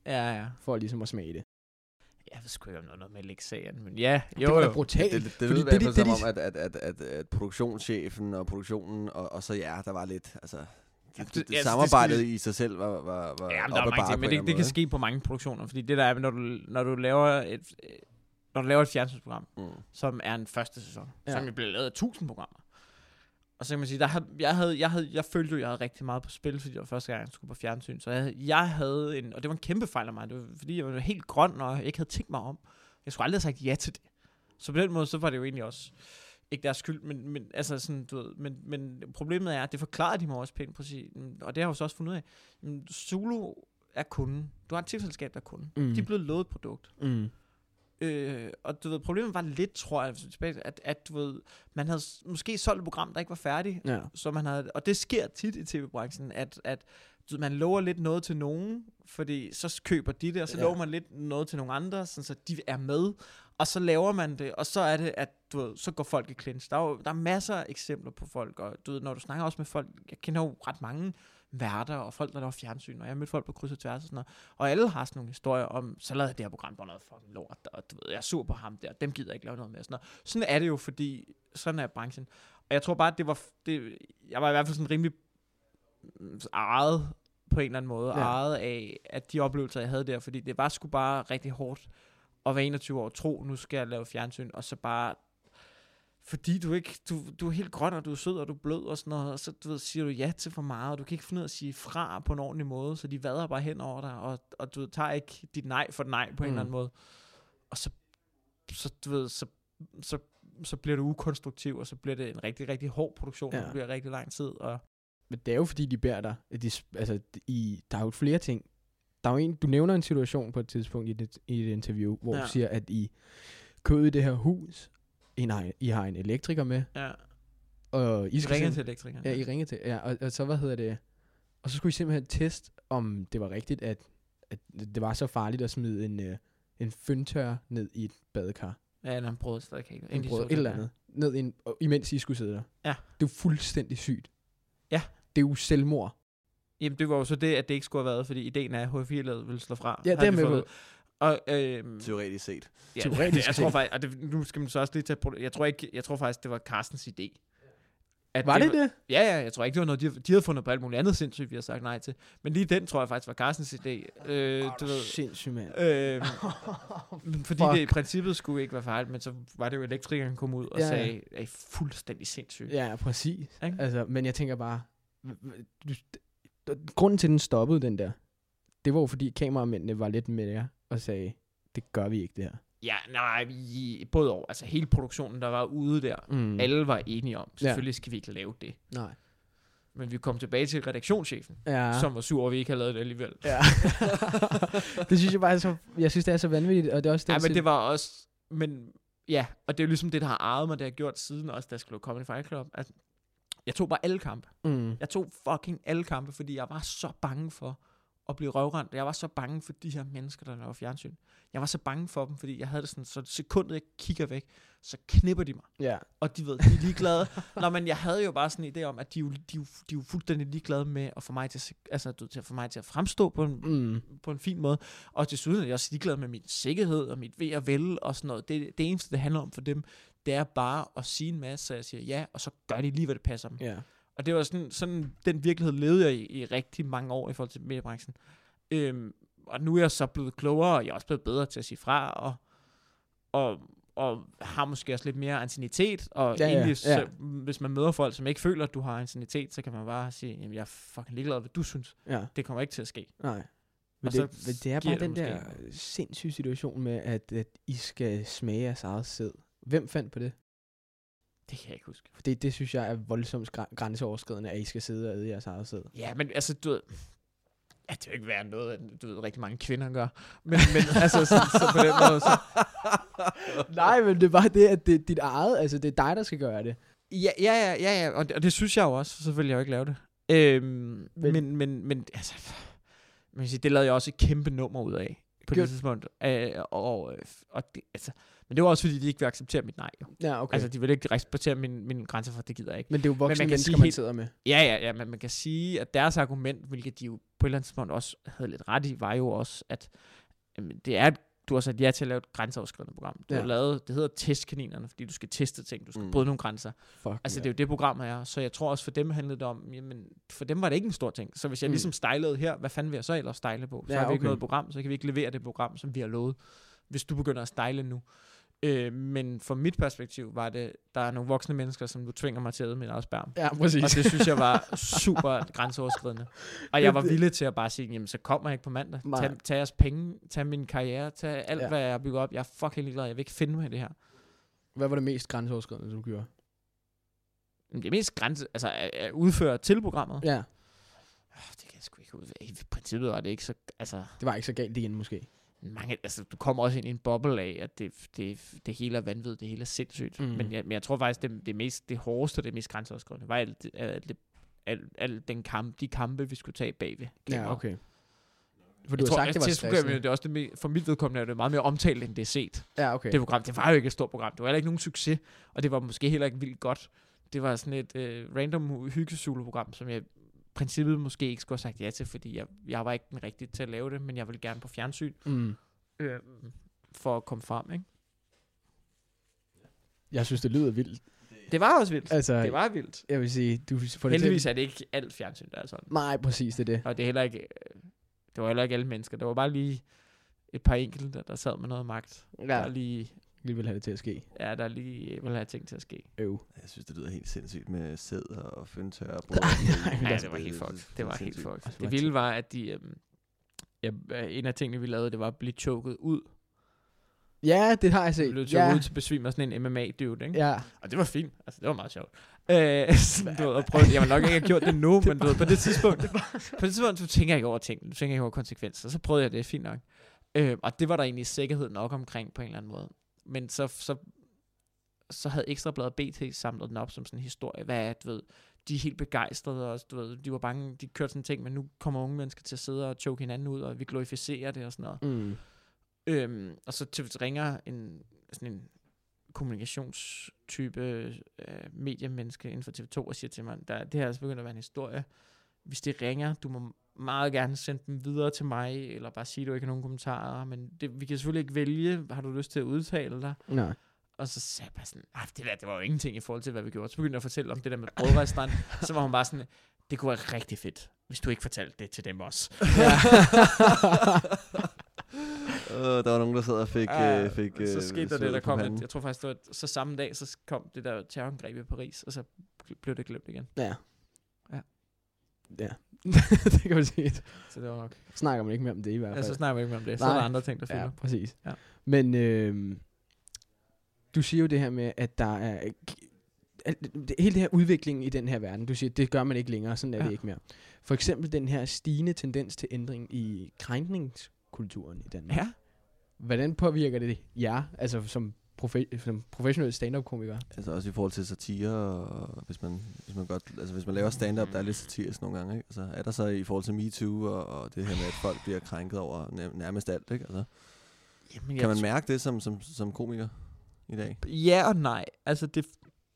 Ja, ja. for ligesom at smage det. Jeg ved sgu ikke om noget, noget med at lægge sagen, men ja, Det jo var da jo. brutalt. Det, det, det fordi lød i hvert fald det, som de- om, at, at, at, at, at produktionschefen og produktionen, og, og så ja, der var lidt, altså... Ja, Det, det- det, det altså, samarbejdet det skal i sig selv var, var, var Ja, men op der er ad mange bakke ting, på men en det, eller det kan anden ske på mange produktioner, fordi det der er, når du, når du laver et, øh, når du laver et fjernsynsprogram, måde. Mm. som er en første sæson, Ja. ja. som jo bliver lavet af tusind programmer. Og så kan man sige, der havde, jeg, havde, jeg, havde, jeg følte jo, jeg havde rigtig meget på spil, fordi det var første gang, jeg skulle på fjernsyn. Så jeg, jeg havde en, og det var en kæmpe fejl af mig, det var, fordi jeg var helt grøn, og jeg ikke havde tænkt mig om. Jeg skulle aldrig have sagt ja til det. Så på den måde, så var det jo egentlig også ikke deres skyld, men, men, altså sådan, du ved, men, men problemet er, at det forklarede de mig også pænt præcis, og det har jeg jo så også fundet ud af. Men Zulu er kunden. Du har et tilfældsskab, der er kunden. Mm. De er blevet lovet et produkt. Mm. Øh, og du ved, problemet var lidt, tror jeg, at, at du ved, man havde s- måske solgt et program, der ikke var færdigt, Ja. så man havde, og det sker tit i tv-branchen, at, at du ved, man lover lidt noget til nogen, fordi så køber de det, og så Ja. ja. lover man lidt noget til nogle andre, sådan så de er med, og så laver man det, og så er det, at du ved, så går folk i clinch. Der er jo, der er masser af eksempler på folk, og du ved, når du snakker også med folk, jeg kender jo ret mange værter og folk, der laver fjernsyn, og jeg har mødt folk på kryds og tværs og sådan noget, og alle har sådan nogle historier om, så lavede jeg det her program, der var noget fucking lort, og du ved, jeg er sur på ham der, dem gider jeg ikke lave noget med, og sådan noget. Sådan er det jo, fordi sådan er branchen. Og jeg tror bare, at det var, det, jeg var i hvert fald sådan rimelig mm, ejet på en eller anden måde, Ja. ja. ejet af, at de oplevelser, jeg havde der, fordi det var sgu bare rigtig hårdt at være enogtyve år og tro, nu skal jeg lave fjernsyn, og så bare, fordi du ikke, du, du er helt grøn, og du er sød, og du er blød og sådan noget, og så du ved, siger du ja til for meget, og du kan ikke finde ud af at sige fra på en ordentlig måde, så de vader bare hen over dig, og, og du ved, tager ikke dit nej for et nej på en Mm. eller anden måde. Og så, så du ved, så, så, så bliver du ukonstruktiv, og så bliver det en rigtig, rigtig hård produktion, Ja. og det bliver rigtig lang tid, og Men det er jo fordi, de bærer dig. at De, sp- altså, i, der er jo flere ting. Der er jo en, du nævner en situation på et tidspunkt i, det, i et interview, hvor ja. Ja. du siger, at I kører ud i det her hus. I, nej, I har en elektriker med. ja, Og I I skal ringer simp- til elektrikeren. Ja, I ringer til. Ja, og, og så, hvad hedder det? Og så skulle I simpelthen teste, om det var rigtigt, at, at det var så farligt at smide en, øh, en fyndtør ned i et badekar. Ja, eller han brød stadig ikke. En brød, et eller andet. Ned i en, og, imens I skulle sidde der. Ja. Det er jo fuldstændig sygt. Ja. Det er jo selvmord. Jamen, det var jo så det, at det ikke skulle have været, fordi ideen er, at H F fire ville slå fra. Ja, Har det er vi med fået på. Og, øhm, Teoretisk set. ja, teoretisk det, jeg tror set. faktisk, og det, nu skal man så også lige tage, produ- jeg tror ikke, jeg tror faktisk, det var Carstens idé. At Var det det? Ja, ja, jeg tror ikke, det var noget, de, de havde fundet på alt muligt andet sindssygt, vi har sagt nej til. Men lige den, tror jeg faktisk, var Carstens idé. Øh, du ved, Sindssygt, mand. øh, fordi Fuck. det i princippet skulle ikke være farligt, men så var det jo elektrikeren, kom ud og Ja, ja. sagde, er I fuldstændig sindssygt. Ja, præcis. Ikke? Altså, men jeg tænker bare, h- h- du, d- grunden til, at den stoppede, den der, det var jo fordi kameramændene var lidt med jer og sagde, det gør vi ikke, det her. Ja, nej, vi, både over, altså hele produktionen, der var ude der, Mm. alle var enige om, selvfølgelig skal vi ikke lave det. Nej. Men vi kom tilbage til redaktionschefen, Ja. ja. som var sur over, at vi ikke havde lavet det alligevel. Ja. det synes jeg bare er så, jeg synes, det er så vanvittigt, og det er også den Ja, men sit- det var også, men ja, og det er jo ligesom det, der har ejet mig, det har gjort siden også, da jeg skulle lave Comedy Fight Club. Altså, jeg tog bare alle kampe. Mm. Jeg tog fucking alle kampe, fordi jeg var så bange for at blive røvrendt. Jeg var så bange for de her mennesker, der laver fjernsyn. Jeg var så bange for dem, fordi jeg havde det sådan, så sekundet jeg kigger væk, så knipper de mig. Ja. Og de ved, de er ligeglade. Nå, men jeg havde jo bare sådan en idé om, at de er jo, de er jo, de er jo fuldstændig ligeglade med at få mig til at, se- altså, du, ved, til at få mig til at fremstå på en, Mm. på en fin måde. Og desuden er jeg også ligeglad med min sikkerhed og mit ved og vel og sådan noget. Det, det eneste, det handler om for dem, det er bare at sige en masse, så jeg siger ja, og så gør de lige, hvad det passer dem. Ja. Og det var sådan, sådan den virkelighed levede jeg i, i rigtig mange år i forhold til mediebranchen. Øhm, og nu er jeg så blevet klogere, og jeg er også blevet bedre til at sige fra, og, og, og har måske også lidt mere anciennitet, og Ja, ja, ja, egentlig, ja. Så, hvis man møder folk, som ikke føler, at du har anciennitet, så kan man bare sige, jamen jeg er fucking ligeglad, hvad du synes. Ja. Det kommer ikke til at ske. Nej. Men Og det, så men det er giver bare det den måske der sindssyge situation med, at, at I skal smage jeres eget sæd. Hvem fandt på det? Det kan jeg ikke huske. For det, det synes jeg er voldsomt gra- grænseoverskridende, at I skal sidde og æde jeres eget sæd. Ja, men altså, du ved, ja, det er jo ikke værre end noget, at du ved, rigtig mange kvinder gør. Men, men altså, så, så på den måde, så, Nej, men det er bare det, at det er dit eget, altså det er dig, der skal gøre det. Ja, ja, ja, ja, ja. Og, det, og det synes jeg jo også, så vil jeg jo ikke lave det. Øhm, Men- men, men, men, men altså, man kan sige, det lavede jeg også et kæmpe nummer ud af på Gjorde- det tidspunkt. Øh, og, og det, altså, Men det var også fordi, de ikke vil acceptere mit nej. Jo. Ja, okay. Altså, de vil ikke respektere min, min grænser for, det gider jeg ikke. Men det er jo voksne man kan mennesker, sige man helt- sidder med. Ja, ja, ja, men man kan sige, at deres argument, hvilket de jo på et eller andet tidspunkt også havde lidt ret i, var jo også, at jamen, det er, du har sagt ja til at lave et grænseoverskridende program. Du Ja. har lavet, det hedder Testkaninerne, fordi du skal teste ting, du skal Mm. mm. bryde nogle grænser. Fuck. Altså, det er jo det, programmet er. Så jeg tror også, for dem handlede det om, jamen, for dem var det ikke en stor ting. Så hvis jeg Mm. ligesom stylede her, hvad fanden vil jeg så ellers style på? Så Ja, har vi ikke okay. noget program, så kan vi ikke levere det program, som vi har lovet, hvis du begynder at style nu. Øh, men fra mit perspektiv var det, der er nogle voksne mennesker, som du tvinger mig til at æde mit eget sperm. Ja, præcis. Og det synes jeg var super grænseoverskridende. Og jeg var villig til at bare sige, jamen så kommer jeg ikke på mandag. Nej. Tag, tag jeres penge, tag min karriere, tag alt, Ja. ja. hvad jeg har bygget op. Jeg er fucking ligeglad, jeg vil ikke finde mig i det her. Hvad var det mest grænseoverskridende, du gjorde? Men det er mest grænse, altså at, at udføre til programmet. Ja, Øh, Det kan jeg sgu ikke ud. I princippet var det ikke så, altså det var ikke så galt igen måske. mange, altså du kommer også ind i en boble af, at det, det, det hele er vanvittigt, det hele er sindssygt. Mm. Mm. Men, jeg, men jeg tror faktisk, det, det, mest, det hårdeste, det mest grænseoverskridende, var alt, alt, alt, alt, alt den kamp, de kampe, vi skulle tage bagved. Ja, okay. For du Jeg har tror, sagt, det var testprogrammet, stressende. det er også det, me- for mit vedkommende er det meget mere omtalt, end det er set. Ja, okay. Det program, det var jo ikke et stort program. Det var heller ikke nogen succes, og det var måske heller ikke vildt godt. Det var sådan et øh, random hyggesule-program, som jeg i princippet måske ikke skulle have sagt ja til, fordi jeg, jeg var ikke den rigtige til at lave det, men jeg ville gerne på fjernsyn Mm. øh, for at komme frem, ikke? Jeg synes, det lyder vildt. Det var også vildt. Altså, Det var vildt. jeg vil sige, du får det Heldigvis til. er det ikke alt fjernsyn, der er sådan. Nej, præcis, det er det. Og det er heller ikke, øh, det var heller ikke alle mennesker. Det var bare lige et par enkelte, der sad med noget magt. Ja, Der lige, lige vil have det til at ske. ja, der lige vil have ting til at ske. Øv. Jeg synes, det lyder helt sindssygt med sæd og fyndtør. Nej, Ja, det var helt fucked. Det var helt sindssygt. fucked. Altså, Det vilde var, at de, øhm, ja, en af tingene, vi lavede, det var at blive choket ud. Ja, det har jeg Vi set. blev choket Ja, ud til besvime af sådan en M M A-dude, ikke? ja. Og det var fint. Altså, det var meget sjovt. Øh, sådan, du ved, at prøve, jeg vil nok ikke have gjort det nu, men du ved, på det tidspunkt, på det tidspunkt, du tænker ikke over ting, du tænker ikke over konsekvenser, så prøvede jeg det, fint nok. Øh, og det var der egentlig sikkerhed nok omkring, på en eller anden måde. Men så, så, så havde Ekstrabladet B T samlet den op som sådan en historie. Hvad er, du ved, de er helt begejstrede også, du ved, de var bange, de kørte sådan en ting, men nu kommer unge mennesker til at sidde og choke hinanden ud, og vi glorificerer det og sådan noget. Mm. Øhm, og så til, ringer en, sådan en kommunikationstype øh, mediemenneske inden for T V to og siger til mig, der, det her er altså begyndt at være en historie. Hvis det ringer, du må meget gerne sende dem videre til mig, eller bare sige, at du ikke har nogen kommentarer, men det, vi kan selvfølgelig ikke vælge, har du lyst til at udtale dig? Nej. Og så sagde jeg bare sådan, ah, det der, det var jo ingenting i forhold til, hvad vi gjorde. Så begyndte jeg at fortælle om det der med brødrestaurant. Så var hun bare sådan, det kunne være rigtig fedt, hvis du ikke fortalte det til dem også. Uh, der var nogen, der sad og fik... Ja, øh, fik så øh, skete der sved det, der på kom, panden. at, jeg tror faktisk, det var, så samme dag, så kom det der terrorangreb i Paris, og så blev det glemt igen. Ja. Ja. Ja. Det kan man sige. Så det var nok. Snakker man ikke mere om det i hvert Ja, fald. så snakker vi ikke mere om det. Så Nej. er der andre ting, der fylder. Ja, præcis. Ja. Men øh, du siger jo det her med, at der er... alt- det- Hele det her udvikling i den her verden, du siger, det gør man ikke længere, sådan er Ja. det ikke mere. For eksempel den her stigende tendens til ændring i krænkningskulturen i Danmark. Ja. Hvordan påvirker det jer, altså som, profe- som professionel stand-up-komiker? Altså også i forhold til satire, og hvis man, hvis man godt, altså hvis man laver stand-up, der er lidt satirisk nogle gange, ikke? Altså er der så i forhold til MeToo og, og det her med, at folk bliver krænket over nær, nærmest alt, ikke? Altså, Jamen, kan man mærke det som, som, som komiker i dag? Ja og nej. Altså det,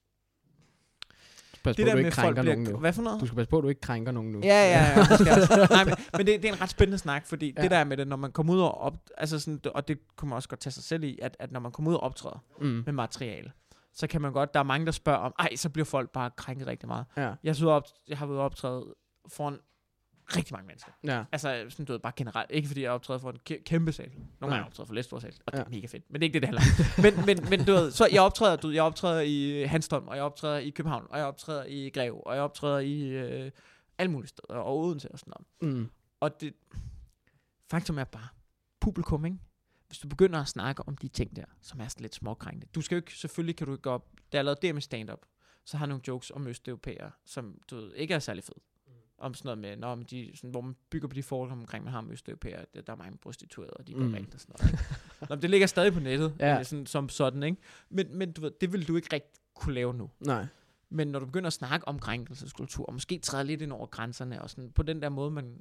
Pas det på, der du ikke med, folk krænker nogen bliver... nu. Hvad for noget? Du skal passe på, at du ikke krænker nogen nu. Ja, ja, ja. det skal jeg også. Nej, men, men det, det er en ret spændende snak, fordi Ja. det der med det, når man kommer ud og op, altså sådan, og det kunne man også godt tage sig selv i, at, at når man kommer ud og optræder Mm. med materiale, så kan man godt, der er mange, der spørger om, ej, så bliver folk bare krænket rigtig meget. Ja. Jeg, synes, op, jeg har været optrædet foran rigtig mange mennesker. Ja. Altså, sådan, du ved, bare generelt. Ikke fordi jeg optræder for en kæ- kæmpe sal. Nogle gange Ja. har jeg optrædet for lidt stor sal, og det er Ja. mega fedt. Men det er ikke det, det handler om. men, men, men du ved, så jeg optræder, du ved, jeg optræder i Hanstholm, og jeg optræder i København, og jeg optræder i Greve, og jeg optræder i øh, alle mulige steder, og Odense og sådan noget. Mm. Og det, faktum er bare, publikum, ikke? Hvis du begynder at snakke om de ting der, som er sådan lidt småkrænkende. Du skal jo ikke, selvfølgelig kan du ikke gå op, da jeg lavede det med stand-up, så har jeg nogle jokes om østeuropæere, som du ved, ikke er særlig fede. Om sådan noget med, når man de, sådan, hvor man bygger på de forhold omkring, man har med østeuropæere, der, der er mange prostituerede, og de går Mm. rent og sådan noget. Ikke? Nå, men det ligger stadig på nettet, Ja. ja. sådan, som sådan, ikke? Men, men du ved, det vil du ikke rigtig kunne lave nu. Nej. Men når du begynder at snakke om krænkelseskultur, og måske træde lidt ind over grænserne, og sådan, på den der måde, man nu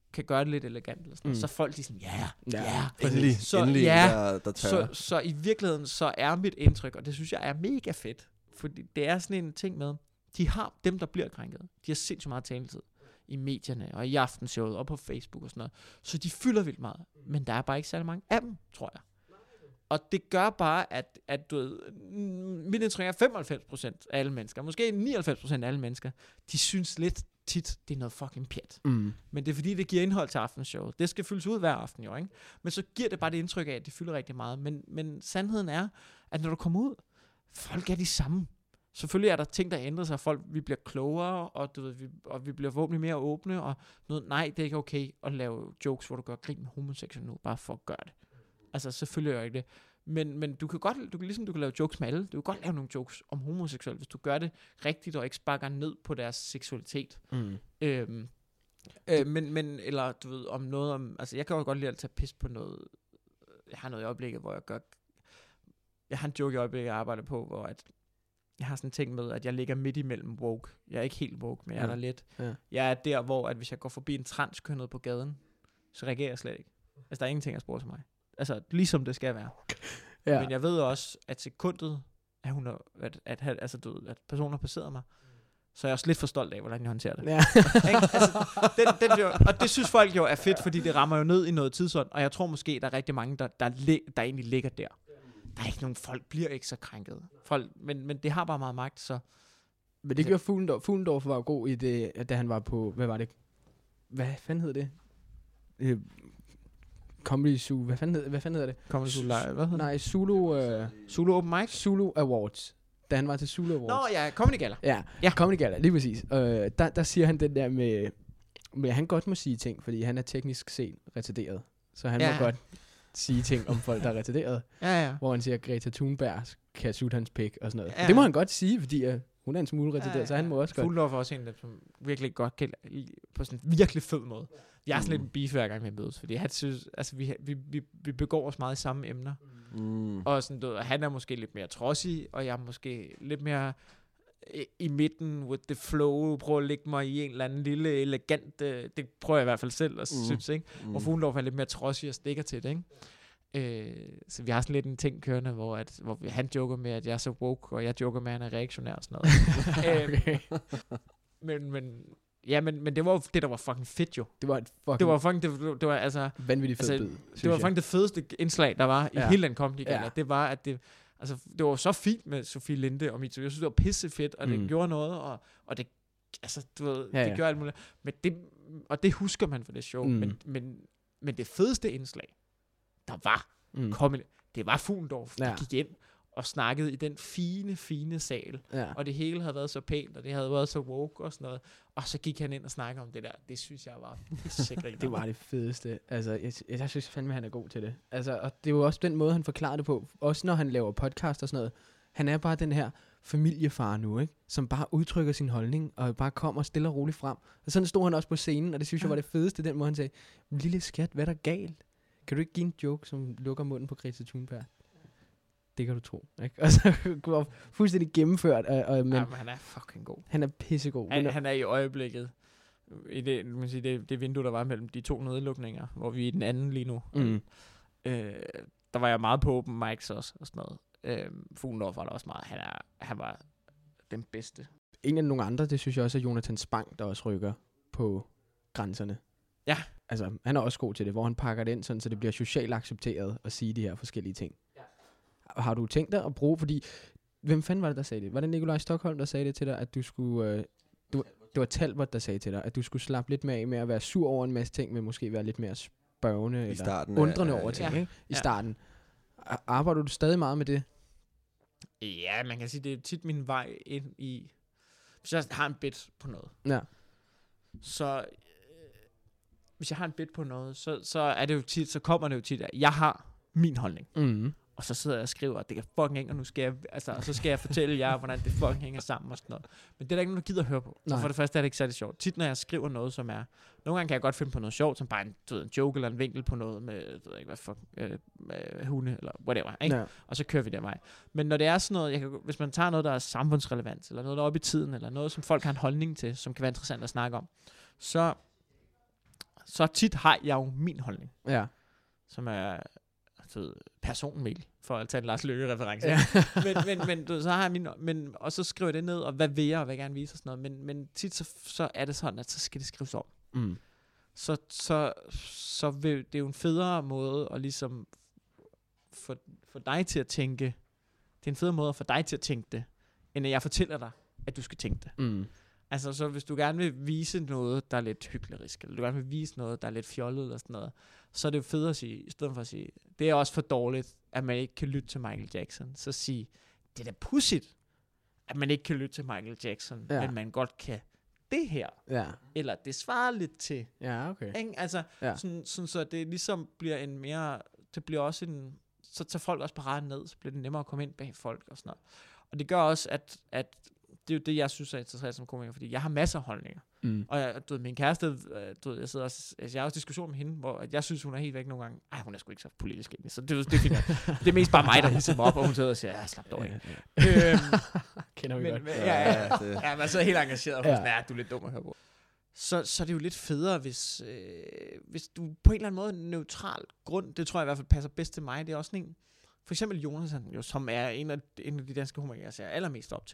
kan gøre det lidt elegant, eller sådan Mm. mm. så er folk de sådan, ja, Ja, ja, Endelig, Så- endelig ja, der, der tør. Så, så i virkeligheden, så er mit indtryk, og det synes jeg er mega fedt, fordi det er sådan en ting med, de har, dem der bliver krænket, de har sindssygt meget taletid i medierne, og i aftenshowet, og på Facebook og sådan noget, så de fylder vildt meget, men der er bare ikke særlig mange af dem, tror jeg. Og det gør bare, at, at du ved, mm, mit indtryk er femoghalvfems procent af alle mennesker, måske nioghalvfems procent af alle mennesker, de synes lidt tit, det er noget fucking pjat. Mm. Men det er fordi, det giver indhold til aftenshowet. Det skal fyldes ud hver aften jo, ikke? Men så giver det bare det indtryk af, at det fylder rigtig meget. Men, men sandheden er, at når du kommer ud, folk er de samme. Selvfølgelig er der ting, der ændrer sig. Folk, vi bliver klogere, og, du ved, vi, og vi bliver forhåbentlig mere åbne. Og noget, nej, det er ikke okay at lave jokes, hvor du gør grin med homoseksuelle nu, bare for at gøre det. Altså, selvfølgelig er ikke det. Men, men du kan godt, du kan, ligesom du kan lave jokes med alle, du kan godt lave nogle jokes om homoseksuelle, hvis du gør det rigtigt, og ikke sparker ned på deres seksualitet. Mm. Øhm, øh, men, men, eller du ved, om noget om, altså jeg kan jo godt lide at tage pis på noget, jeg har noget i øjeblikket, hvor jeg gør, jeg har en joke i øjeblikket, jeg arbejder på, hvor at, jeg har sådan en ting med, at jeg ligger midt imellem woke. Jeg er ikke helt woke, men jeg er Ja. der lidt. Ja. Jeg er der, hvor at hvis jeg går forbi en transkønnet på gaden, så reagerer jeg slet ikke. Altså der er ingenting, der spørger til mig. Altså ligesom det skal være. Ja. Men jeg ved også, at sekundet, at, hun er, at, at, at, altså, du ved, at personen har passeret mig, så er jeg også lidt for stolt af, hvordan jeg håndterer det. Ja. Ikke? Altså, den, den jo, og det synes folk jo er fedt, fordi det rammer jo ned i noget tidsånd, og jeg tror måske, der er rigtig mange, der, der, lig, der egentlig ligger der. Der er ikke nogen, folk bliver ikke så krænket. Folk, men, men det har bare meget magt, så... Men det gjorde Fuglendorf. Fuglendorf var god i det, da han var på, hvad var det? Hvad fanden hed det? Øh, Comedy Zoo, hvad fanden hed, hvad fanden hedder det? Kommer du live? Hvad hedder Nej, Zulu, øh, Zulu Open Mic? Zulu Awards. Da han var til Zulu Awards. Nå ja, Comedy Gala. Ja, Ja. Comedy Gala, lige præcis. Øh, der, der siger han den der med, med, han godt må sige ting, fordi han er teknisk set retarderet. Så han Ja. må godt sige ting om folk, der er retarderet. Ja, ja. Hvor han siger, at Greta Thunberg kan sutte hans pik og sådan noget. Ja. Ja. Det må han godt sige, fordi uh, hun er en smule retarderet, så han må også godt. Fuglendorf er også en, der som virkelig godt kan lide på sådan en virkelig fed måde. Jeg er sådan lidt en beef hver gang, vi mødes, fordi han synes, altså vi, vi, vi, vi begår os meget i samme emner. Mm. Og sådan, du ved, han er måske lidt mere trodsig, og jeg er måske lidt mere i, i midten with the flow, prøver at lægge mig i en eller anden lille elegant, øh, det prøver jeg i hvert fald selv at Mm. synes, ikke? Mm. Hvor Fuglendorf er lidt mere trodsig og stikker til det, ikke? Øh, så vi har sådan lidt en ting kørende, hvor, at, hvor vi, han joker med, at jeg er så woke, og jeg joker med, at han er reaktionær og sådan noget. øhm, Okay. men, men, ja, men, men det var jo det, der var fucking fedt jo. Det var et fucking Det var fucking, det, var- det var altså, vanvittigt fed altså, bid, synes det var jeg. faktisk det fedeste indslag, der var i Ja. hele den Comedy Gala. Ja. Det var, at det, altså, det var så fint med Sofie Linde og MeToo. Jeg synes, det var pissefedt, og Mm. det gjorde noget, og, og det, altså, du ved, Ja, det ja. gjorde alt muligt. Men det, og det husker man for det show. Mm. Men, men, men det fedeste indslag, der var Mm. comedy, det var Fuglendorf, der Ja. gik ind og snakkede i den fine, fine sal. Ja. Og det hele havde været så pænt, og det havde været så woke og sådan noget. Og så gik han ind og snakkede om det der. Det synes jeg var pissegriner. Det var det fedeste. Altså, jeg, jeg, jeg synes fandme, han er god til det. Altså, og det er jo også den måde, han forklarer det på. Også når han laver podcast og sådan noget. Han er bare den her familiefar nu, ikke? Som bare udtrykker sin holdning, og bare kommer stille og roligt frem. Og sådan stod han også på scenen, og det synes jeg var det fedeste, den måde han sagde, lille skat, hvad er der galt? Kan du ikke give en joke, som lukker munden på Greta Thunberg? Det kan du tro, ikke? Og så går fuldstændig gennemført, og, og, men Men, Jamen, han er fucking god. han er pissegod. Han, Men- han er i øjeblikket, i det, man sige, det, det vindue, der var mellem de to nedlukninger, hvor vi er i den anden lige nu. Mm. Øh, der var jeg meget på open mics også, og sådan noget. Øh, Fuglendorf var der også meget. Han, er, han var den bedste. En af nogle andre, det synes jeg også er Jonathan Spang, der også rykker på grænserne. Ja. Altså, han er også god til det, hvor han pakker det ind, sådan, så det bliver socialt accepteret at sige de her forskellige ting. Ja. Har du tænkt dig at bruge, fordi, hvem fanden var det, der sagde det? Var det Nikolaj Stockholm, der sagde det til dig, at du skulle, øh, du, det var Talbot, der sagde til dig, at du skulle slappe lidt mere af med at være sur over en masse ting, men måske være lidt mere spørgende, I eller starten af- undrende af- over ting, ja. ikke? I Ja. starten. Ar- Arbejder du stadig meget med det? Ja, man kan sige, det er tit min vej ind i... Hvis jeg har en bit på noget, Ja. så... Øh, hvis jeg har en bit på noget, så, så er det jo tit, så kommer det jo tit, at jeg har min holdning. Mm. Og så sidder jeg og skriver, at det kan fucking ikke, og nu skal jeg, altså, og så skal jeg fortælle jer, hvordan det fucking hænger sammen og sådan noget. Men det er der ikke nogen, der gider at høre på. Så Nej. for det første er det ikke særlig sjovt. Tit når jeg skriver noget, som er... Nogle gange kan jeg godt finde på noget sjovt, som bare en, du ved, en joke eller en vinkel på noget med, jeg ved ikke hvad fuck, øh, med hunde eller whatever, ikke? Ja. Og så kører vi der vej. Men når det er sådan noget, jeg kan, hvis man tager noget, der er samfundsrelevant, eller noget, der er oppe i tiden, eller noget, som folk har en holdning til, som kan være interessant at snakke om, så, så tit har jeg jo min holdning, Ja. som er altså, personmail, for at tage en Lars Løkke-reference. Ja. men, men, men, du, så har jeg min, men, og så skriver jeg det ned, og hvad vil jeg, og hvad jeg gerne vise og sådan noget. Men, men tit så, så er det sådan, at så skal det skrives om. Mm. Så, så, så vil, det er jo en federe måde at ligesom få, få dig til at tænke, det er en federe måde at få dig til at tænke det, end at jeg fortæller dig, at du skal tænke det. Mm. Altså, så hvis du gerne vil vise noget, der er lidt hyklerisk, eller du gerne vil vise noget, der er lidt fjollet, eller sådan noget, så er det jo federe at sige, i stedet for at sige, det er også for dårligt, at man ikke kan lytte til Michael Jackson, så sige, det er da pudsigt, at man ikke kan lytte til Michael Jackson, Ja. men man godt kan det her, Ja. eller det svarer lidt til, Ja, okay. ikke? Altså, Ja. sådan, sådan, så det ligesom bliver en mere, det bliver også en, så tager folk også paraden ned, så bliver det nemmere at komme ind bag folk og sådan noget. Og det gør også, at, at det er jo det, jeg synes er interessant som komiker, fordi jeg har masser af holdninger. Mm. Og jeg, du ved, min kæreste, øh, du ved, jeg sidder også, altså, jeg har også diskussion med hende, hvor at jeg synes, hun er helt væk nogle gange. Ej, hun er sgu ikke så politisk egentlig, så det, det er fint. Det er mest bare mig, der hisser mig op, og hun sidder og siger, ja, slap dog ikke. Ja. øhm, Kender vi men, godt. men, ja, ja, ja. det- Ja, man er så helt engageret, og hun Ja. ja. sådan, ja, du er lidt dum at høre på. Så, så er det jo lidt federe, hvis, øh, hvis du på en eller anden måde en neutral grund, det tror jeg i hvert fald passer bedst til mig, det er også en, for eksempel Jonas, jo, som er en af, en af de danske humorikere, jeg ser allermest op til.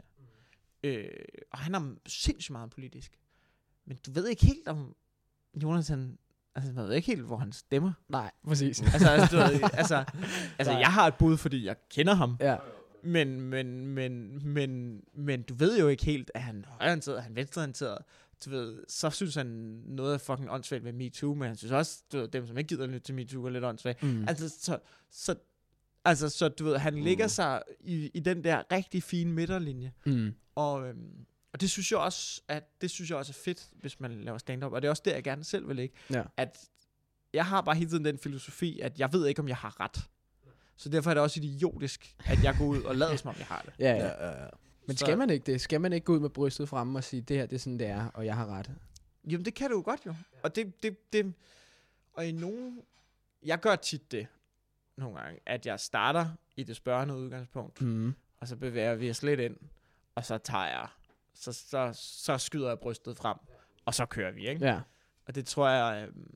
Øh, og han er sindssygt meget politisk. Men du ved ikke helt om Jonas, han, altså man ved ikke helt, hvor han stemmer. Nej, præcis. Altså, altså, du ved, altså, altså Nej. jeg har et bud, fordi jeg kender ham. Ja. Men, men, men, men, men du ved jo ikke helt, at han er højreorienteret, er han venstreorienteret. Du ved, så synes han noget er fucking åndssvagt med MeToo, men han synes også, du ved, dem som ikke gider lytte til MeToo er lidt åndssvagt. Mm. Altså, så, så, altså, så du ved, han Mm. ligger sig i, i den der rigtig fine midterlinje. Mm. Og, øhm, og det synes jeg også, at det synes jeg også er fedt, hvis man laver stand-up. Og det er også det, jeg gerne selv vil ligge. Ja. At jeg har bare hele tiden den filosofi, at jeg ved ikke, om jeg har ret. Så derfor er det også idiotisk, at jeg går ud og lader som om jeg har det. Ja, ja. Ja, ja, ja. Men Så- skal man ikke det? Skal man ikke gå ud med brystet fremme og sige, det her det er sådan, det er, og jeg har ret? Jamen, det kan du jo godt jo. Og det, det, det, og i nogen, jeg gør tit det, nogle gange, at jeg starter i det spørgende udgangspunkt, Mm. og så bevæger vi os lidt ind, og så tager jeg, så, så, så skyder jeg brystet frem, og så kører vi, ikke? Ja. Og det tror jeg, øh,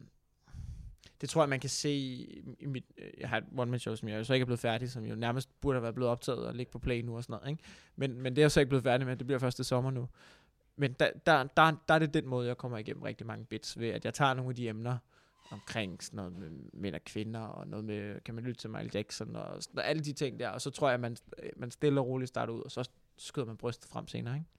det tror jeg, man kan se i, i mit, øh, jeg har et one-man-show, som jeg jo så ikke er blevet færdig, som jo nærmest burde have været blevet optaget og ligge på play nu og sådan noget, ikke? Men, men det er jeg så ikke blevet færdig med, det bliver først i sommer nu. Men der, der, der, der er det den måde, jeg kommer igennem rigtig mange bits, ved at jeg tager nogle af de emner omkring sådan noget med mænd og kvinder, og noget med, kan man lytte til Michael Jackson, og, sådan, og alle de ting der, og så tror jeg, man, man stille og roligt starter ud, og så skyder man brystet frem senere, ikke?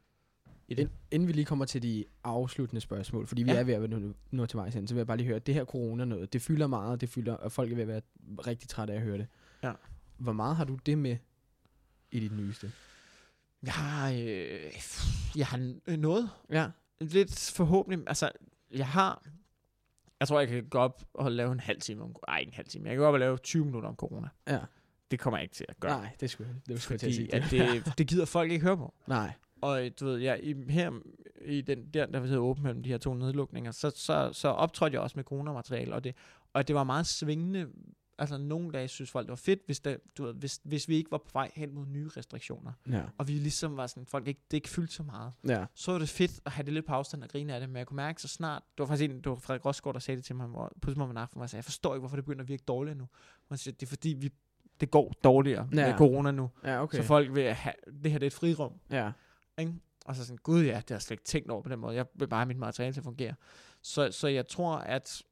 I det. Ind, inden vi lige kommer til de afsluttende spørgsmål, fordi vi Ja. er ved at være nu, nu til vejs hen, så vil jeg bare lige høre, det her corona noget, det fylder meget, det fylder, og folk er ved at være rigtig trætte af at høre det. Ja. Hvor meget har du det med i dit nyeste? Jeg har, øh, jeg har øh, noget, Ja. lidt forhåbentlig, altså, jeg har, jeg tror, jeg kan gå op og lave en halv time om, ej, ikke en halv time, jeg kan gå op og lave tyve minutter om corona. Ja. Det kommer jeg ikke til at gøre. Nej, det skulle jeg, det skulle jeg til at Fordi sige. at det, det gider folk ikke høre på. Nej. Og du ved, jeg, i, her i den der, der hedder åben mellem de her to nedlukninger, så, så, så optrådte jeg også med coronamateriale, og det, og det var meget svingende. Altså nogle dage synes folk, det var fedt, hvis, det, du ved, hvis, hvis vi ikke var på vej hen mod nye restriktioner, Ja. og vi ligesom var sådan, folk ikke, det ikke fyldte så meget. Ja. Så var det fedt at have det lidt på afstand og grine af det, men jeg kunne mærke så snart, det var faktisk en, det var Frederik Rosgaard, der sagde det til mig, hvor på sådan en aften, hvor jeg sagde, jeg forstår ikke, hvorfor det begynder at virke dårligt nu. Og siger, det er fordi, vi, det går dårligere Ja. med corona nu, Ja, okay. så folk vil have, det her det er et frirum. Ja. Ikke? Og så sådan, gud ja, det har jeg slet ikke tænkt over på den måde. Jeg vil bare have mit materiale til at fungere. Så, så jeg tror, at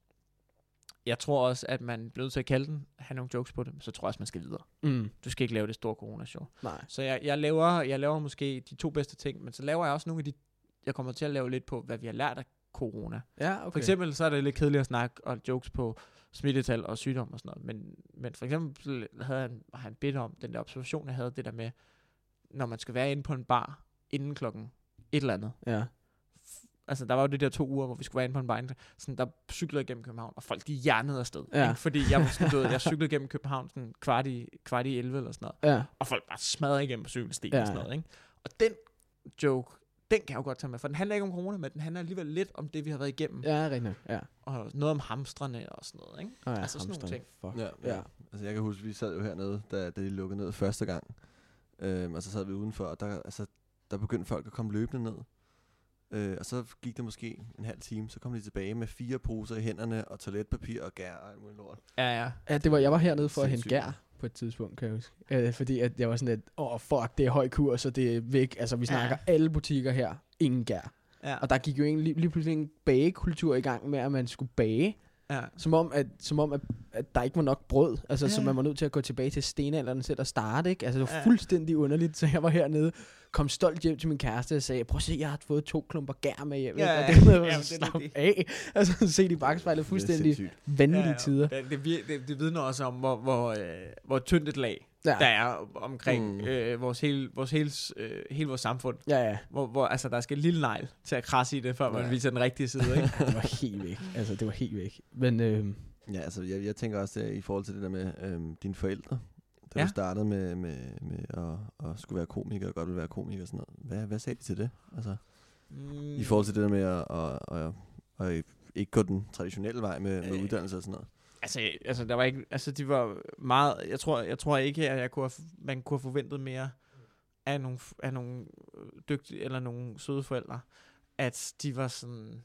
jeg tror også, at man bliver nødt til at kalde den, have nogle jokes på det, så tror jeg også, man skal videre. Mm. Du skal ikke lave det store corona-show. Nej. Så jeg, jeg, laver, jeg laver måske de to bedste ting, men så laver jeg også nogle af de, jeg kommer til at lave lidt på, hvad vi har lært af corona. Ja, okay. For eksempel, så er det lidt kedeligt at snakke og jokes på smittetal og sygdom og sådan noget, men, men for eksempel havde han, har han bedt om den der observation, jeg havde, det der med, når man skal være inde på en bar, inden klokken et eller andet. Ja. Altså, der var jo de der to uger, hvor vi skulle være inde på en bar. Sådan, der cyklede jeg gennem København, og folk, de hjernede afsted. Ja. Ikke? Fordi jeg var sådan, du ved, jeg cyklede gennem København sådan kvart i, kvart i elleve eller sådan noget. Ja. Og folk bare smadrede igennem på cykelstien Ja. og sådan noget, ikke? Og den joke, den kan jeg jo godt tage med, for den handler ikke om corona, men den handler alligevel lidt om det, vi har været igennem. Ja, rigtig nok. Ja. Og noget om hamstrene og sådan noget, ikke? Oh, ja, Altså sådan nogle ting. Fuck. Ja, ja. Ja. Altså jeg kan huske, vi sad jo hernede, da, da de lukkede ned første gang. Øhm, og så sad vi udenfor, og der, altså, der begyndte folk at komme løbende ned. Øh, og så gik det måske en halv time, så kom de tilbage med fire poser i hænderne, og toiletpapir og gær og alt muligt lort. Ja, ja. Ja, det var, jeg var hernede for Sindssygt. at hente gær på et tidspunkt, kan jeg huske. Øh, fordi at jeg var sådan lidt, åh oh, fuck, det er høj kurs, så det er væk. Altså vi snakker Ja. alle butikker her, ingen gær. Ja. Og der gik jo egentlig lige pludselig en bagekultur i gang med, at man skulle bage. ja. Som om, at, som om at, at der ikke var nok brød. Altså, Ja. så man var nødt til at gå tilbage til stenalderen selv og starte, ikke? Altså, det var Ja. fuldstændig underligt. Så jeg var hernede, kom stolt hjem til min kæreste og sagde, prøv at se, jeg har fået to klumper gær med hjem. Ja, ikke? ja. Og det var Ja, så det er slap det. af. Altså, se de bagspejlet fuldstændig Det er sindssygt. vanvittige Ja, ja. tider. Det, det, vir- det, det vidner også om, hvor, hvor, øh, hvor tyndt et lag, Ja. der er omkring Mm. øh, vores hele, vores hele, øh, hele vores samfund. Ja, ja. Hvor, hvor altså, der skal en lille negl til at krasse i det, før man Ja. viser den rigtige side. Ikke? Det var helt væk. Altså, det var helt væk. Men øh, Ja, altså jeg, jeg tænker også det, i forhold til det der med øhm, dine forældre. Da Ja. du startede med, med, med at, at skulle være komiker, og godt vil være komiker og sådan noget. Hvad, hvad sagde de til det? Altså, Mm. i forhold til det der med at, at, at, at ikke gå den traditionelle vej med, med Øh. uddannelse og sådan noget. Altså, altså, der var ikke, altså, de var meget, jeg tror, jeg tror ikke, at jeg kunne have, man kunne have forventet mere af nogle, af nogle dygtige, eller nogle søde forældre, at de var sådan,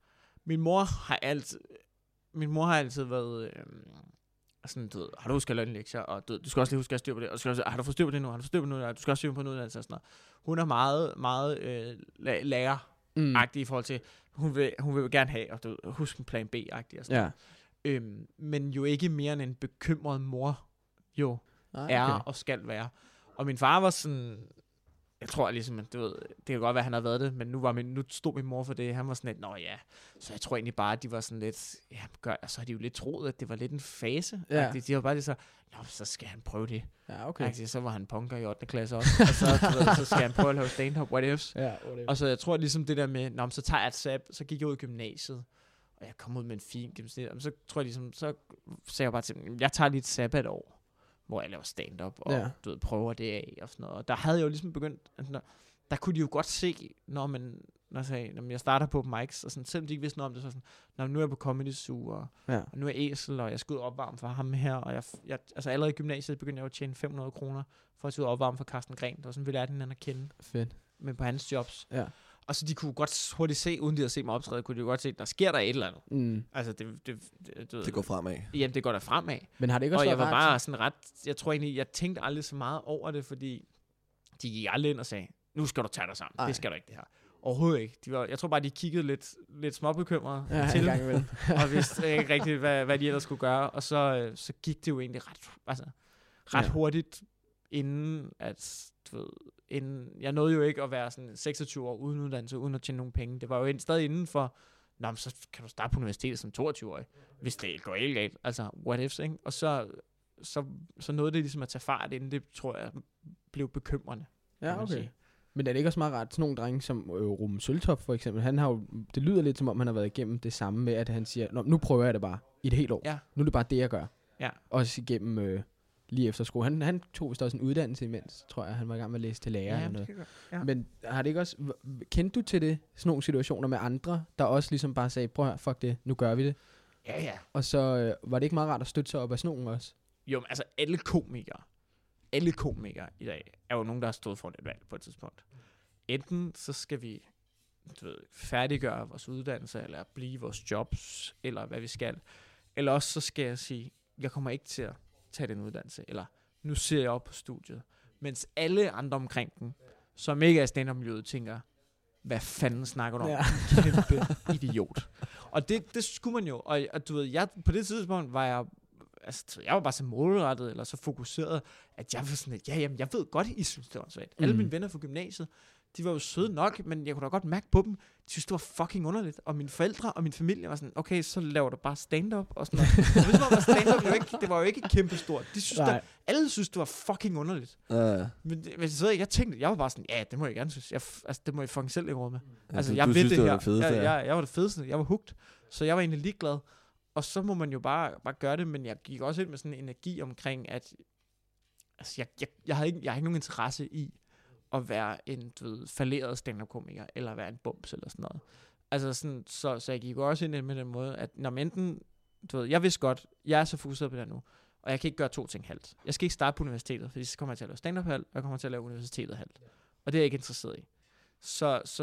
min mor har altid, min mor har altid været, øh, sådan, du ved, har du husket at lave lektier, og du, du skal også lige huske at styr på det, og du skal også, har du fået styr på det nu, har du fået styr på det nu, og du skal også styr på noget uddannelse og sådan noget. Hun er meget, meget øh, la- lærer-agtig mm, i forhold til, hun vil, hun vil gerne have, og du ved, husk en plan B-agtig og sådan ja. noget. Øhm, men jo ikke mere end en bekymret mor jo Nej, er og skal være. Og min far var sådan, jeg tror ligesom, at, du ved, det kan godt være, at han har været det, men nu, var min, nu stod min mor for det. Han var sådan lidt, nå ja, så jeg tror egentlig bare, at de var sådan lidt, ja, gør, så har de jo lidt troet, at det var lidt en fase. Ja. De, de var bare lidt så, nå, så skal han prøve det. Ja, okay. Okay. Så var han punker i ottende klasse også, og så, du ved, så skal han prøve at lave stand-up, what ifs. Ja, whatever. Og så jeg tror ligesom det der med, nå, så tager jeg et sab, så gik jeg ud i gymnasiet, og jeg kom ud med en fin gennemsnit, og så tror jeg ligesom, så sagde jeg bare til dem, jeg tager lige et sabbatår, hvor jeg laver stand-up, og Ja. du ved, prøver det af, og sådan noget. Og der havde jeg jo ligesom begyndt, altså, der, der kunne de jo godt se, når man, når jeg sagde, når jeg starter på Mike's, og sådan, selvom de ikke vidste noget om det, så sådan, når nu er jeg på Comedy Zoo, og, Ja. og nu er jeg æsel, og jeg skal ud og opvarme for ham her, og jeg, jeg, altså allerede i gymnasiet begyndte jeg jo at tjene fem hundrede kroner, for at tage ud og opvarme for Carsten Gren. Det var sådan, vi lærte hinanden at kende, Fedt. men på hans jobs. Ja. Og så de kunne godt hurtigt se, uden de havde set mig optræde, kunne de jo godt se, der sker der et eller andet. Mm. Altså, det, det, det, du ved, Det går fremad. Jamen, det går der fremad. Men har det ikke også Og jeg været var rart? bare sådan ret, jeg tror egentlig, jeg tænkte aldrig så meget over det, fordi de gik aldrig ind og sagde, nu skal du tage dig sammen. Ej. Det skal du ikke, det her. Overhovedet ikke. De var, jeg tror bare, de kiggede lidt, lidt småbekymrede Ja, til, en gang imellem. og vidste ikke rigtigt, hvad, hvad de ellers skulle gøre. Og så, øh, så gik det jo egentlig ret, altså, ret Ja. hurtigt, inden at, du ved, inden, jeg nåede jo ikke at være sådan seksogtyve år uden uddannelse, uden at tjene nogen penge. Det var jo ind, stadig inden for, nå, men så kan du starte på universitetet som toogtyve-årig, hvis det går helt galt. Altså, what ifs, ikke? Og så, så, så nåede det ligesom at tage fart, inden det, tror jeg, blev bekymrende. Ja, kan man okay. sige. Men er det ikke også meget rart, sådan nogle drenge som øh, Ruben Søltoft for eksempel, han har jo, det lyder lidt som om han har været igennem det samme med, at han siger, nå, nu prøver jeg det bare i et helt år. Ja. Nu er det bare det, jeg gør. Ja. Også igennem øh, lige efter skole. Han, han tog vist også en uddannelse imens, tror jeg. Han var i gang med at læse til lærer eller det noget. kan godt. Ja. Men har det ikke også, h- kendte du til det, sådan nogle situationer med andre, der også ligesom bare sagde, prøv at høre, fuck det, nu gør vi det. Ja, ja. Og så øh, var det ikke meget rart at støtte sig op af sådan nogen også? Jo, men altså alle komikere, alle komikere i dag, er jo nogen, der har stået foran et valg på et tidspunkt. Enten så skal vi, du ved, færdiggøre vores uddannelse, eller blive vores jobs, eller hvad vi skal. Eller også så skal jeg sige, jeg kommer ikke til at tage den uddannelse, eller nu ser jeg op på studiet. Mens alle andre omkring den, som ikke er stand-up-miljøet, tænker, hvad fanden snakker du om? Ja. Kæmpe idiot. Og det, det skulle man jo. Og, og du ved, jeg, på det tidspunkt var jeg, altså, jeg var bare så målrettet, eller så fokuseret, at jeg var sådan lidt, ja, jamen, jeg ved godt, I synes, det var svært. Mm. Alle mine venner fra gymnasiet, de var jo søde nok, men jeg kunne da godt mærke på dem, de synes, det var fucking underligt. Og mine forældre og min familie var sådan, okay, så laver du bare stand-up og sådan noget. Og hvis man var stand-up, det var, ikke, det var jo ikke kæmpestort. De synes, der, alle synes, det var fucking underligt. Uh, Men, men så jeg tænkte, jeg var bare sådan, ja, det må jeg gerne synes. Jeg, altså, det må jeg fucking selv lægge råd med. ja, Altså, du, jeg du ved synes, det, det var her. det fedeste, jeg, ja. jeg, jeg var det fedeste. Jeg var hooked. Så jeg var egentlig ligeglad. Og så må man jo bare, bare gøre det, men jeg gik også ind med sådan en energi omkring, at altså, jeg, jeg, jeg, havde ikke, jeg har ikke nogen interesse i at være en, du ved, falderet stand-up-komiker, eller være en bums, eller sådan noget. Altså sådan, så, så jeg gik også ind med den måde, at når man enten, du ved, jeg vidste godt, jeg er så fokuseret på det nu, og jeg kan ikke gøre to ting halvt. Jeg skal ikke starte på universitetet, fordi så kommer jeg til at lave stand-up halvt, og jeg kommer til at lave universitetet halvt. Og det er jeg ikke interesseret i. Så, så nu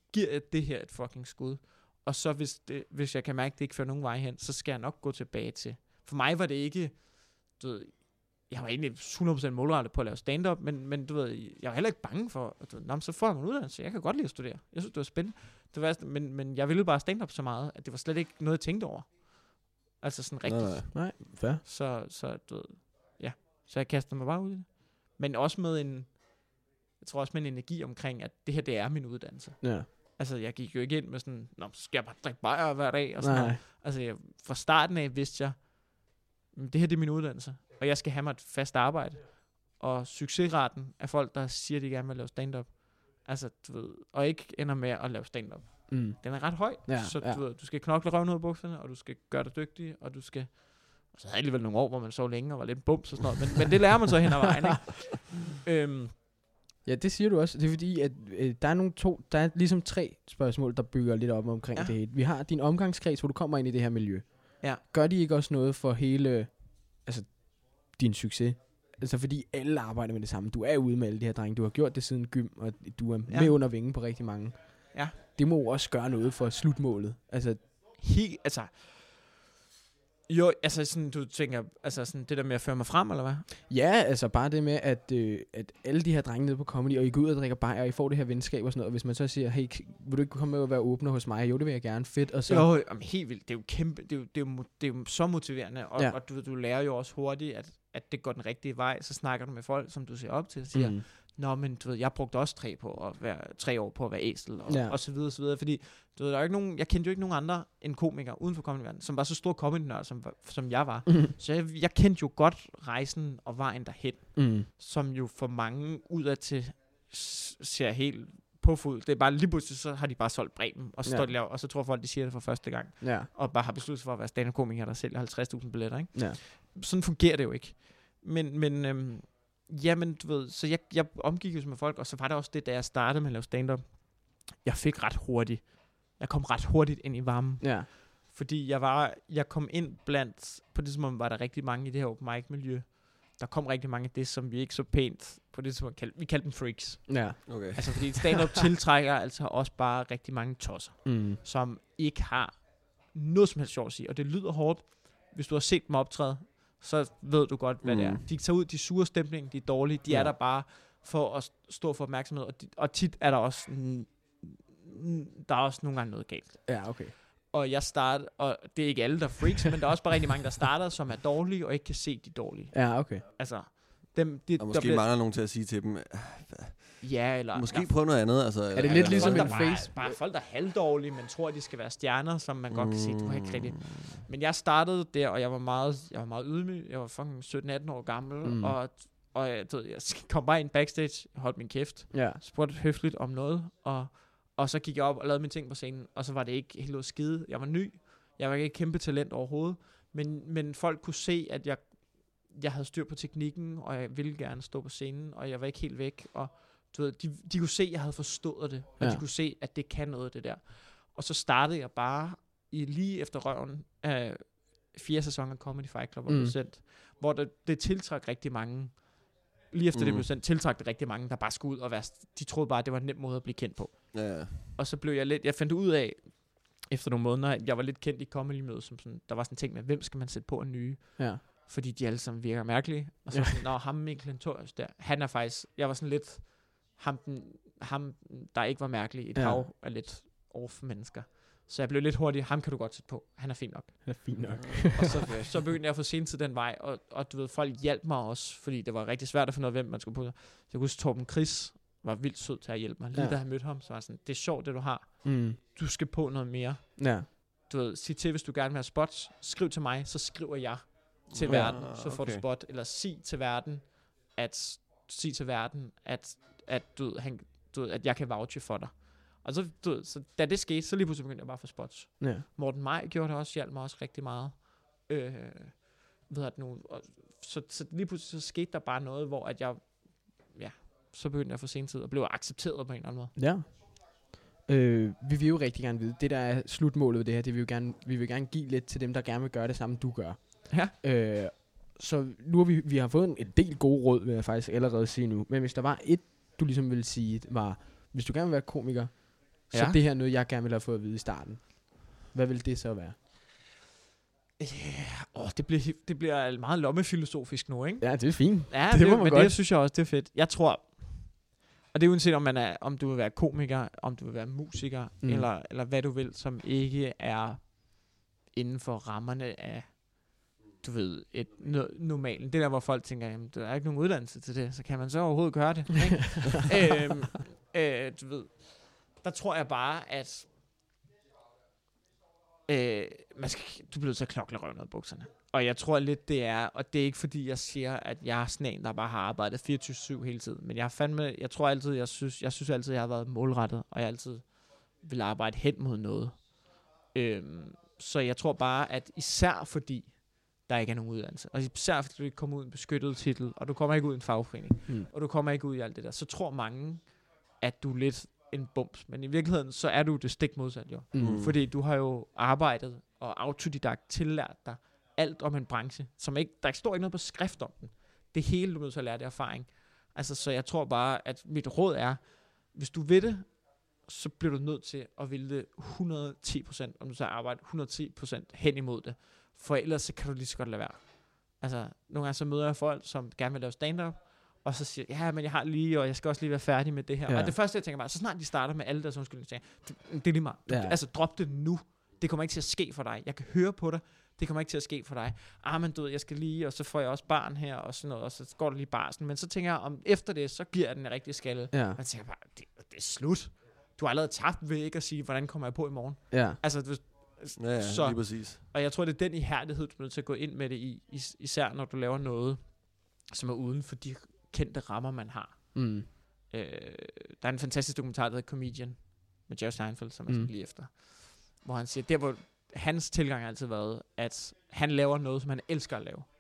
giver jeg det her et fucking skud. Og så hvis, det, hvis jeg kan mærke, at det ikke fører nogen vej hen, så skal jeg nok gå tilbage til. For mig var det ikke, du ved, jeg var egentlig hundrede procent målrettet på at lave stand-up, men, men du ved, jeg var heller ikke bange for, at du ved, så får jeg mig en uddannelse. Jeg kan godt lide at studere. Jeg synes, det var spændende. Det var, men, men jeg ville bare stand-up så meget, at det var slet ikke noget, jeg tænkte over. Altså sådan rigtigt. Nej, nej. Nej, fair. Så, så du ved, ja. Så jeg kastede mig bare ud i det. Men også med en, jeg tror også med en energi omkring, at det her, det er min uddannelse. Ja. Altså, jeg gik jo ikke ind med sådan, nå, så skal jeg bare drikke bajer hver dag, og sådan Nej. noget. Altså, jeg, fra starten af vidste jeg, "Men det her, det er min uddannelse, og jeg skal have mig et fast arbejde. Og succesraten af folk, der siger, de gerne vil lave stand-up, altså, du ved, og ikke ender med at lave stand-up, Mm. den er ret høj. Ja, så ja. du ved, du skal knokle røven ud af bukserne, og du skal gøre dig dygtig, og du skal... Og så havde jeg alligevel nogle år, hvor man sov længe og var lidt bums og sådan noget, men, men det lærer man så hen ad vejen, ikke? øhm, Ja, det siger du også. Det er fordi, at øh, der er nogle to, der er ligesom tre spørgsmål, der bygger lidt op omkring Ja. det hele. Vi har din omgangskreds, hvor du kommer ind i det her miljø. Ja. Gør de ikke også noget for hele, altså, din succes? Altså, fordi alle arbejder med det samme. Du er ude med alle de her drenge. Du har gjort det siden gym, og du er Ja. med under vingen på rigtig mange. Ja. Det må også gøre noget for slutmålet. Altså, helt, altså... Jo, altså sådan, du tænker, altså sådan det der med at føre mig frem, eller hvad? ja, altså bare det med, at, øh, at alle de her drenge nede på comedy, og I går ud og drikker bajer, og I får det her venskab og sådan noget, og hvis man så siger, hey, vil du ikke komme med og være åbner hos mig? Jo, det vil jeg gerne. Fedt. Og så, Så. Jo, jamen, helt vildt. Det er jo kæmpe, det er jo, det er jo, det er jo så motiverende, og, Ja. ja. og du, du lærer jo også hurtigt, at, at det går den rigtige vej. Så snakker du med folk, som du ser op til, og siger, Mm. nå, men du ved, jeg brugte også tre, på at være, tre år på at være æsel, og, Ja. ja. og så videre, så videre. Fordi, du ved, der er jo ikke nogen, jeg kendte jo ikke nogen andre end komikere uden for comedyverdenen, som var så stor comedy-nørd, som, var- som jeg var. Mm. Så jeg, jeg kendte jo godt rejsen og vejen derhen, Mm. som jo for mange udadtil s- ser helt på fod. Det er bare lige pludselig, så har de bare solgt Bremen, og så, Ja. står de laver, og så tror folk, de siger det for første gang, Ja. og bare har besluttet sig for at være stand-up-komiker, der sælger halvtreds tusind billetter, ikke? Ja. Sådan fungerer det jo ikke. Men, men øhm, jamen, du ved, så jeg, jeg omgik jo med folk, og så var det også det, da jeg startede med at lave stand-up. Jeg fik ret hurtigt, jeg kom ret hurtigt ind i varmen, Ja. fordi jeg var, jeg kom ind blandt, på det tidspunkt var der rigtig mange i det her open mic miljø. Der kom rigtig mange af det, som vi ikke så pænt, på det tidspunkt kaldte, vi kaldte dem freaks. Ja. Okay. Altså fordi stand-up tiltrækker altså også bare rigtig mange tosser, Mm. som ikke har noget som helst sjovt at sige. Og det lyder hårdt. Hvis du har set dem optræde, så ved du godt, hvad mm. det er. Mm. De tager ud, de sure stemning, de er dårlige, de ja. Ja. er der bare for at stå for opmærksomhed. Og, de, og tit er der også, mm, mm, der er også nogle gange noget galt. Ja, okay. Og jeg starter, og det er ikke alle, der er freaks, men der er også bare rigtig mange, der starter, som er dårlige, og ikke kan se de dårlige. Ja, okay. Altså, dem, de, Og der måske bliver, mangler nogen til at sige til dem, ja, eller måske der prøv noget andet. Altså, Er det lidt ligesom folk, en der bare, face- bare folk, der er halvdårlige, men tror, de skal være stjerner, som man godt kan se, du har ikke rigtigt. Mm. Men jeg startede der, og jeg var meget, jeg var meget ydmyg. Jeg var fucking sytten atten år gammel, Mm. mm. og, og jeg, du ved, jeg kom bare ind backstage, holdt min kæft, Ja. spurgte høfligt om noget, og, og så gik jeg op og lavede mine ting på scenen, og så var det ikke helt noget skide. Jeg var ny, jeg var ikke et kæmpe talent overhovedet, men, men folk kunne se, at jeg, jeg havde styr på teknikken, og jeg ville gerne stå på scenen, og jeg var ikke helt væk, og du ved, de, de kunne se, at jeg havde forstået det, og Ja. de kunne se, at det kan noget, det der. Og så startede jeg bare i lige efter røven af fjerde sæson af Comedy Fight Club, hvor, Mm. mm. sendt, hvor det, det tiltrak rigtig mange. Lige efter mm. det Mm. blev sendt, tiltrak det rigtig mange, der bare skulle ud og være, de troede bare, at det var en nem måde at blive kendt på. Ja, ja. Og så blev jeg lidt, jeg fandt ud af, efter nogle måneder, at jeg var lidt kendt i comedy-mødet, som sådan, der var sådan en ting med, hvem skal man sætte på en nye? Ja. Fordi de alle sammen virker mærkelige. Og så Ja. sådan, nå, ham Mikkel Lentorius der, han er faktisk, jeg var sådan lidt, ham, den, ham der ikke var mærkelig, et Ja. ja. hav af lidt off mennesker. Så jeg blev lidt hurtig, ham kan du godt sætte på, han er fin nok. Det er fint nok. Og så, så begyndte jeg at få sentid den vej, og, og du ved, folk hjalp mig også, fordi det var rigtig svært at finde ud af, hvem man skulle på. Så jeg kunne huske, Torben Chris var vildt sød til at hjælpe mig. Lige Ja. da jeg mødte ham, så var jeg sådan, det er sjovt, det du har. Mm. Du skal på noget mere. Ja. Du ved, sig til, hvis du gerne vil have spots, skriv til mig, så skriver jeg til Ja, verden, så får okay. du spot. Eller sig til verden, at, sig til verden, at, at, du ved, han, du ved, at jeg kan vouche for dig. Og så, du ved, så da det skete, så lige pludselig begyndte jeg bare at få spots. Ja. Morten Maj gjorde det også, hjalp mig også rigtig meget. Øh, ved jeg nu, og, så, så lige pludselig så skete der bare noget, hvor at jeg, ja, så begyndte jeg at få sentid og blev accepteret på en eller anden måde. Ja. Øh, vi vil jo rigtig gerne vide, det der er slutmålet ved det her, det vil vi jo gerne, vi vil gerne give lidt til dem, der gerne vil gøre det samme, du gør. Ja. Øh, så nu har vi, vi har fået en, en del gode råd, vil jeg faktisk allerede sige nu. Men hvis der var et, du ligesom ville sige, var, hvis du gerne vil være komiker, Så Ja. det her er noget, jeg gerne ville have fået at vide i starten. Hvad vil det så være? Yeah. Oh, det, bliver, det bliver meget lommefilosofisk nu, ikke? Ja, det er fint. Ja, Det det, må man men godt. det synes jeg også, det er fedt. Jeg tror, og det er uanset om, man er, om du vil være komiker, om du vil være musiker, Mm. mm. eller, eller hvad du vil, som ikke er inden for rammerne af, du ved, et no- normalt. Det der, hvor folk tænker, jamen, der er ikke nogen uddannelse til det, så kan man så overhovedet gøre det. Ikke? øhm, øh, du ved, der tror jeg bare, at øh, man skal, du bliver nødt til at knokle røven ud af bukserne. Og jeg tror lidt, det er, og det er ikke fordi, jeg siger, at jeg er sådan en, der bare har arbejdet fireogtyve syv hele tiden. Men jeg er fandme, jeg tror altid, jeg synes, jeg synes altid, jeg har været målrettet, og jeg altid vil arbejde hen mod noget. Øhm, så jeg tror bare, at især fordi, der ikke er nogen uddannelse, og især fordi du ikke kommer ud i en beskyttet titel, og du kommer ikke ud i en fagforening, Mm. og du kommer ikke ud i alt det der, så tror mange, at du er lidt en bums. Men i virkeligheden, så er du det stik modsat, jo. Mm. Mm. Fordi du har jo arbejdet og autodidakt tillært dig alt om en branche, som ikke, der står ikke noget på skrift om den. Det hele, du er nødt til at lære, det er erfaring. Altså, så jeg tror bare, at mit råd er, hvis du vil det, så bliver du nødt til at ville det hundrede og ti procent, om du så arbejder hundrede og ti procent hen imod det. For ellers så kan du lige så godt lade være. Altså, nogle gange så møder jeg folk, som gerne vil lave stand-up, og så siger ja, men jeg har lige, og jeg skal også lige være færdig med det her. Ja. Ja. Og det første, jeg tænker bare, så snart de starter med alle deres undskyldninger, det, det er lige meget. Du, Ja. Altså, drop det nu. Det kommer ikke til at ske for dig. Jeg kan høre på dig. Det kommer ikke til at ske for dig. Ah, men du ved, jeg skal lige, og så får jeg også barn her, og sådan noget, og så går der lige barsen. Men så tænker jeg, om efter det, så giver jeg den en rigtig skalle. Ja. Man tænker bare, det, det er slut. Du har allerede tabt ved ikke at sige, hvordan kommer jeg på i morgen. Ja. Altså, hvis, Ja, ja, så, lige præcis. og jeg tror, det er den ihærdighed, du er nødt til at gå ind med det i, is- især når du laver noget, som er uden for de kendte rammer, man har. Mm. Øh, der er en fantastisk dokumentar, der hedder Comedian, med Jerry Seinfeld, som jeg Mm. skal lige efter. Hvor han siger, der hvor hans tilgang har altid været, at han laver noget, som han elsker at lave.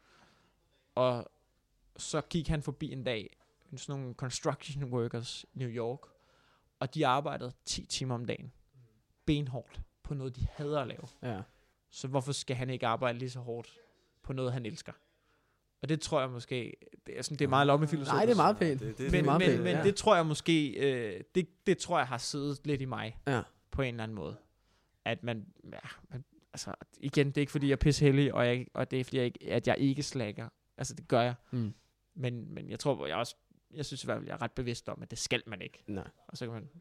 Og så gik han forbi en dag, sådan nogle construction workers i New York, og de arbejdede ti timer om dagen. Benhårdt på noget, de hader at lave. Ja. Så hvorfor skal han ikke arbejde lige så hårdt på noget, han elsker? Og det tror jeg måske, det er, sådan, det er meget lommefilosofisk. Nej, det er meget pænt. Det, det, Men, det er meget men, pænt, men ja. det tror jeg måske, øh, det, det tror jeg har siddet lidt i mig, Ja. på en eller anden måde. At man, ja, man altså igen, det er ikke fordi, jeg er pisseheldig, og, jeg, og det er fordi, jeg ikke, at jeg ikke slækker. Altså, det gør jeg. Mm. Men, men jeg tror, jeg også, jeg synes i hvert fald, jeg er ret bevidst om, at det skal man ikke. Nej. Og så kan man,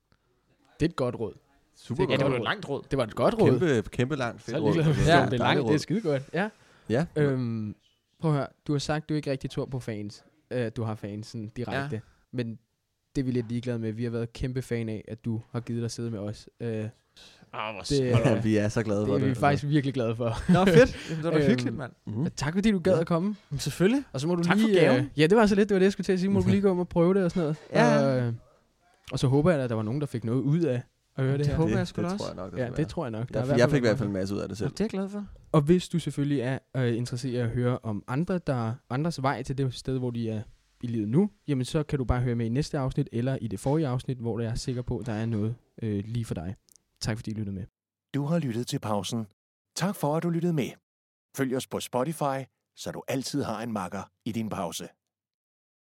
Det er et godt råd. Super ja, det var godt jo et råd. langt råd. Det var et godt råd. Kæmpe, kæmpe langt fedt Så råd. lige Altså, ja, dejligt det er langt. råd. Det er skide godt. Ja. Ja. Øhm, prøv at høre. Du har sagt, du ikke rigtig tror på fans. Øh, du har fans sådan direkte. Ja. Men det er vi lidt ligeglade med. Vi har været kæmpe fan af, at du har givet dig at sidde med os. Øh, Ah, hvor Det- det, Ja, vi er så glade det for er det. vi faktisk virkelig glade for. Nå, fedt. Jamen, det var da Øhm, hyggeligt, mand. Mm. Tak fordi du gad Ja. at komme. Men selvfølgelig. Og så må du Tak for lige... gaven. Øh, ja, det var så lidt. Det var det, jeg skulle til at sige. Må du lige gå om og prøve det og sådan noget. Ja. Og, øh, og så håber jeg, at der var nogen, der fik noget ud af at høre det, Det her. håber det, jeg sgu da det også. tror jeg nok, Ja, det tror jeg nok. Der er jeg, jeg fik i hvert noget fald en masse ud af det selv. Det er jeg glad for. Og hvis du selvfølgelig er øh, interesseret i at høre om andre, der andres vej til det sted, hvor de er i livet nu, jamen så kan du bare høre med i næste afsnit, eller i det forrige afsnit, hvor jeg er sikker på, at der er noget øh, lige for dig. Tak fordi I lyttede med. Du har lyttet til pausen. Tak for, at du lyttede med. Følg os på Spotify, så du altid har en makker i din pause.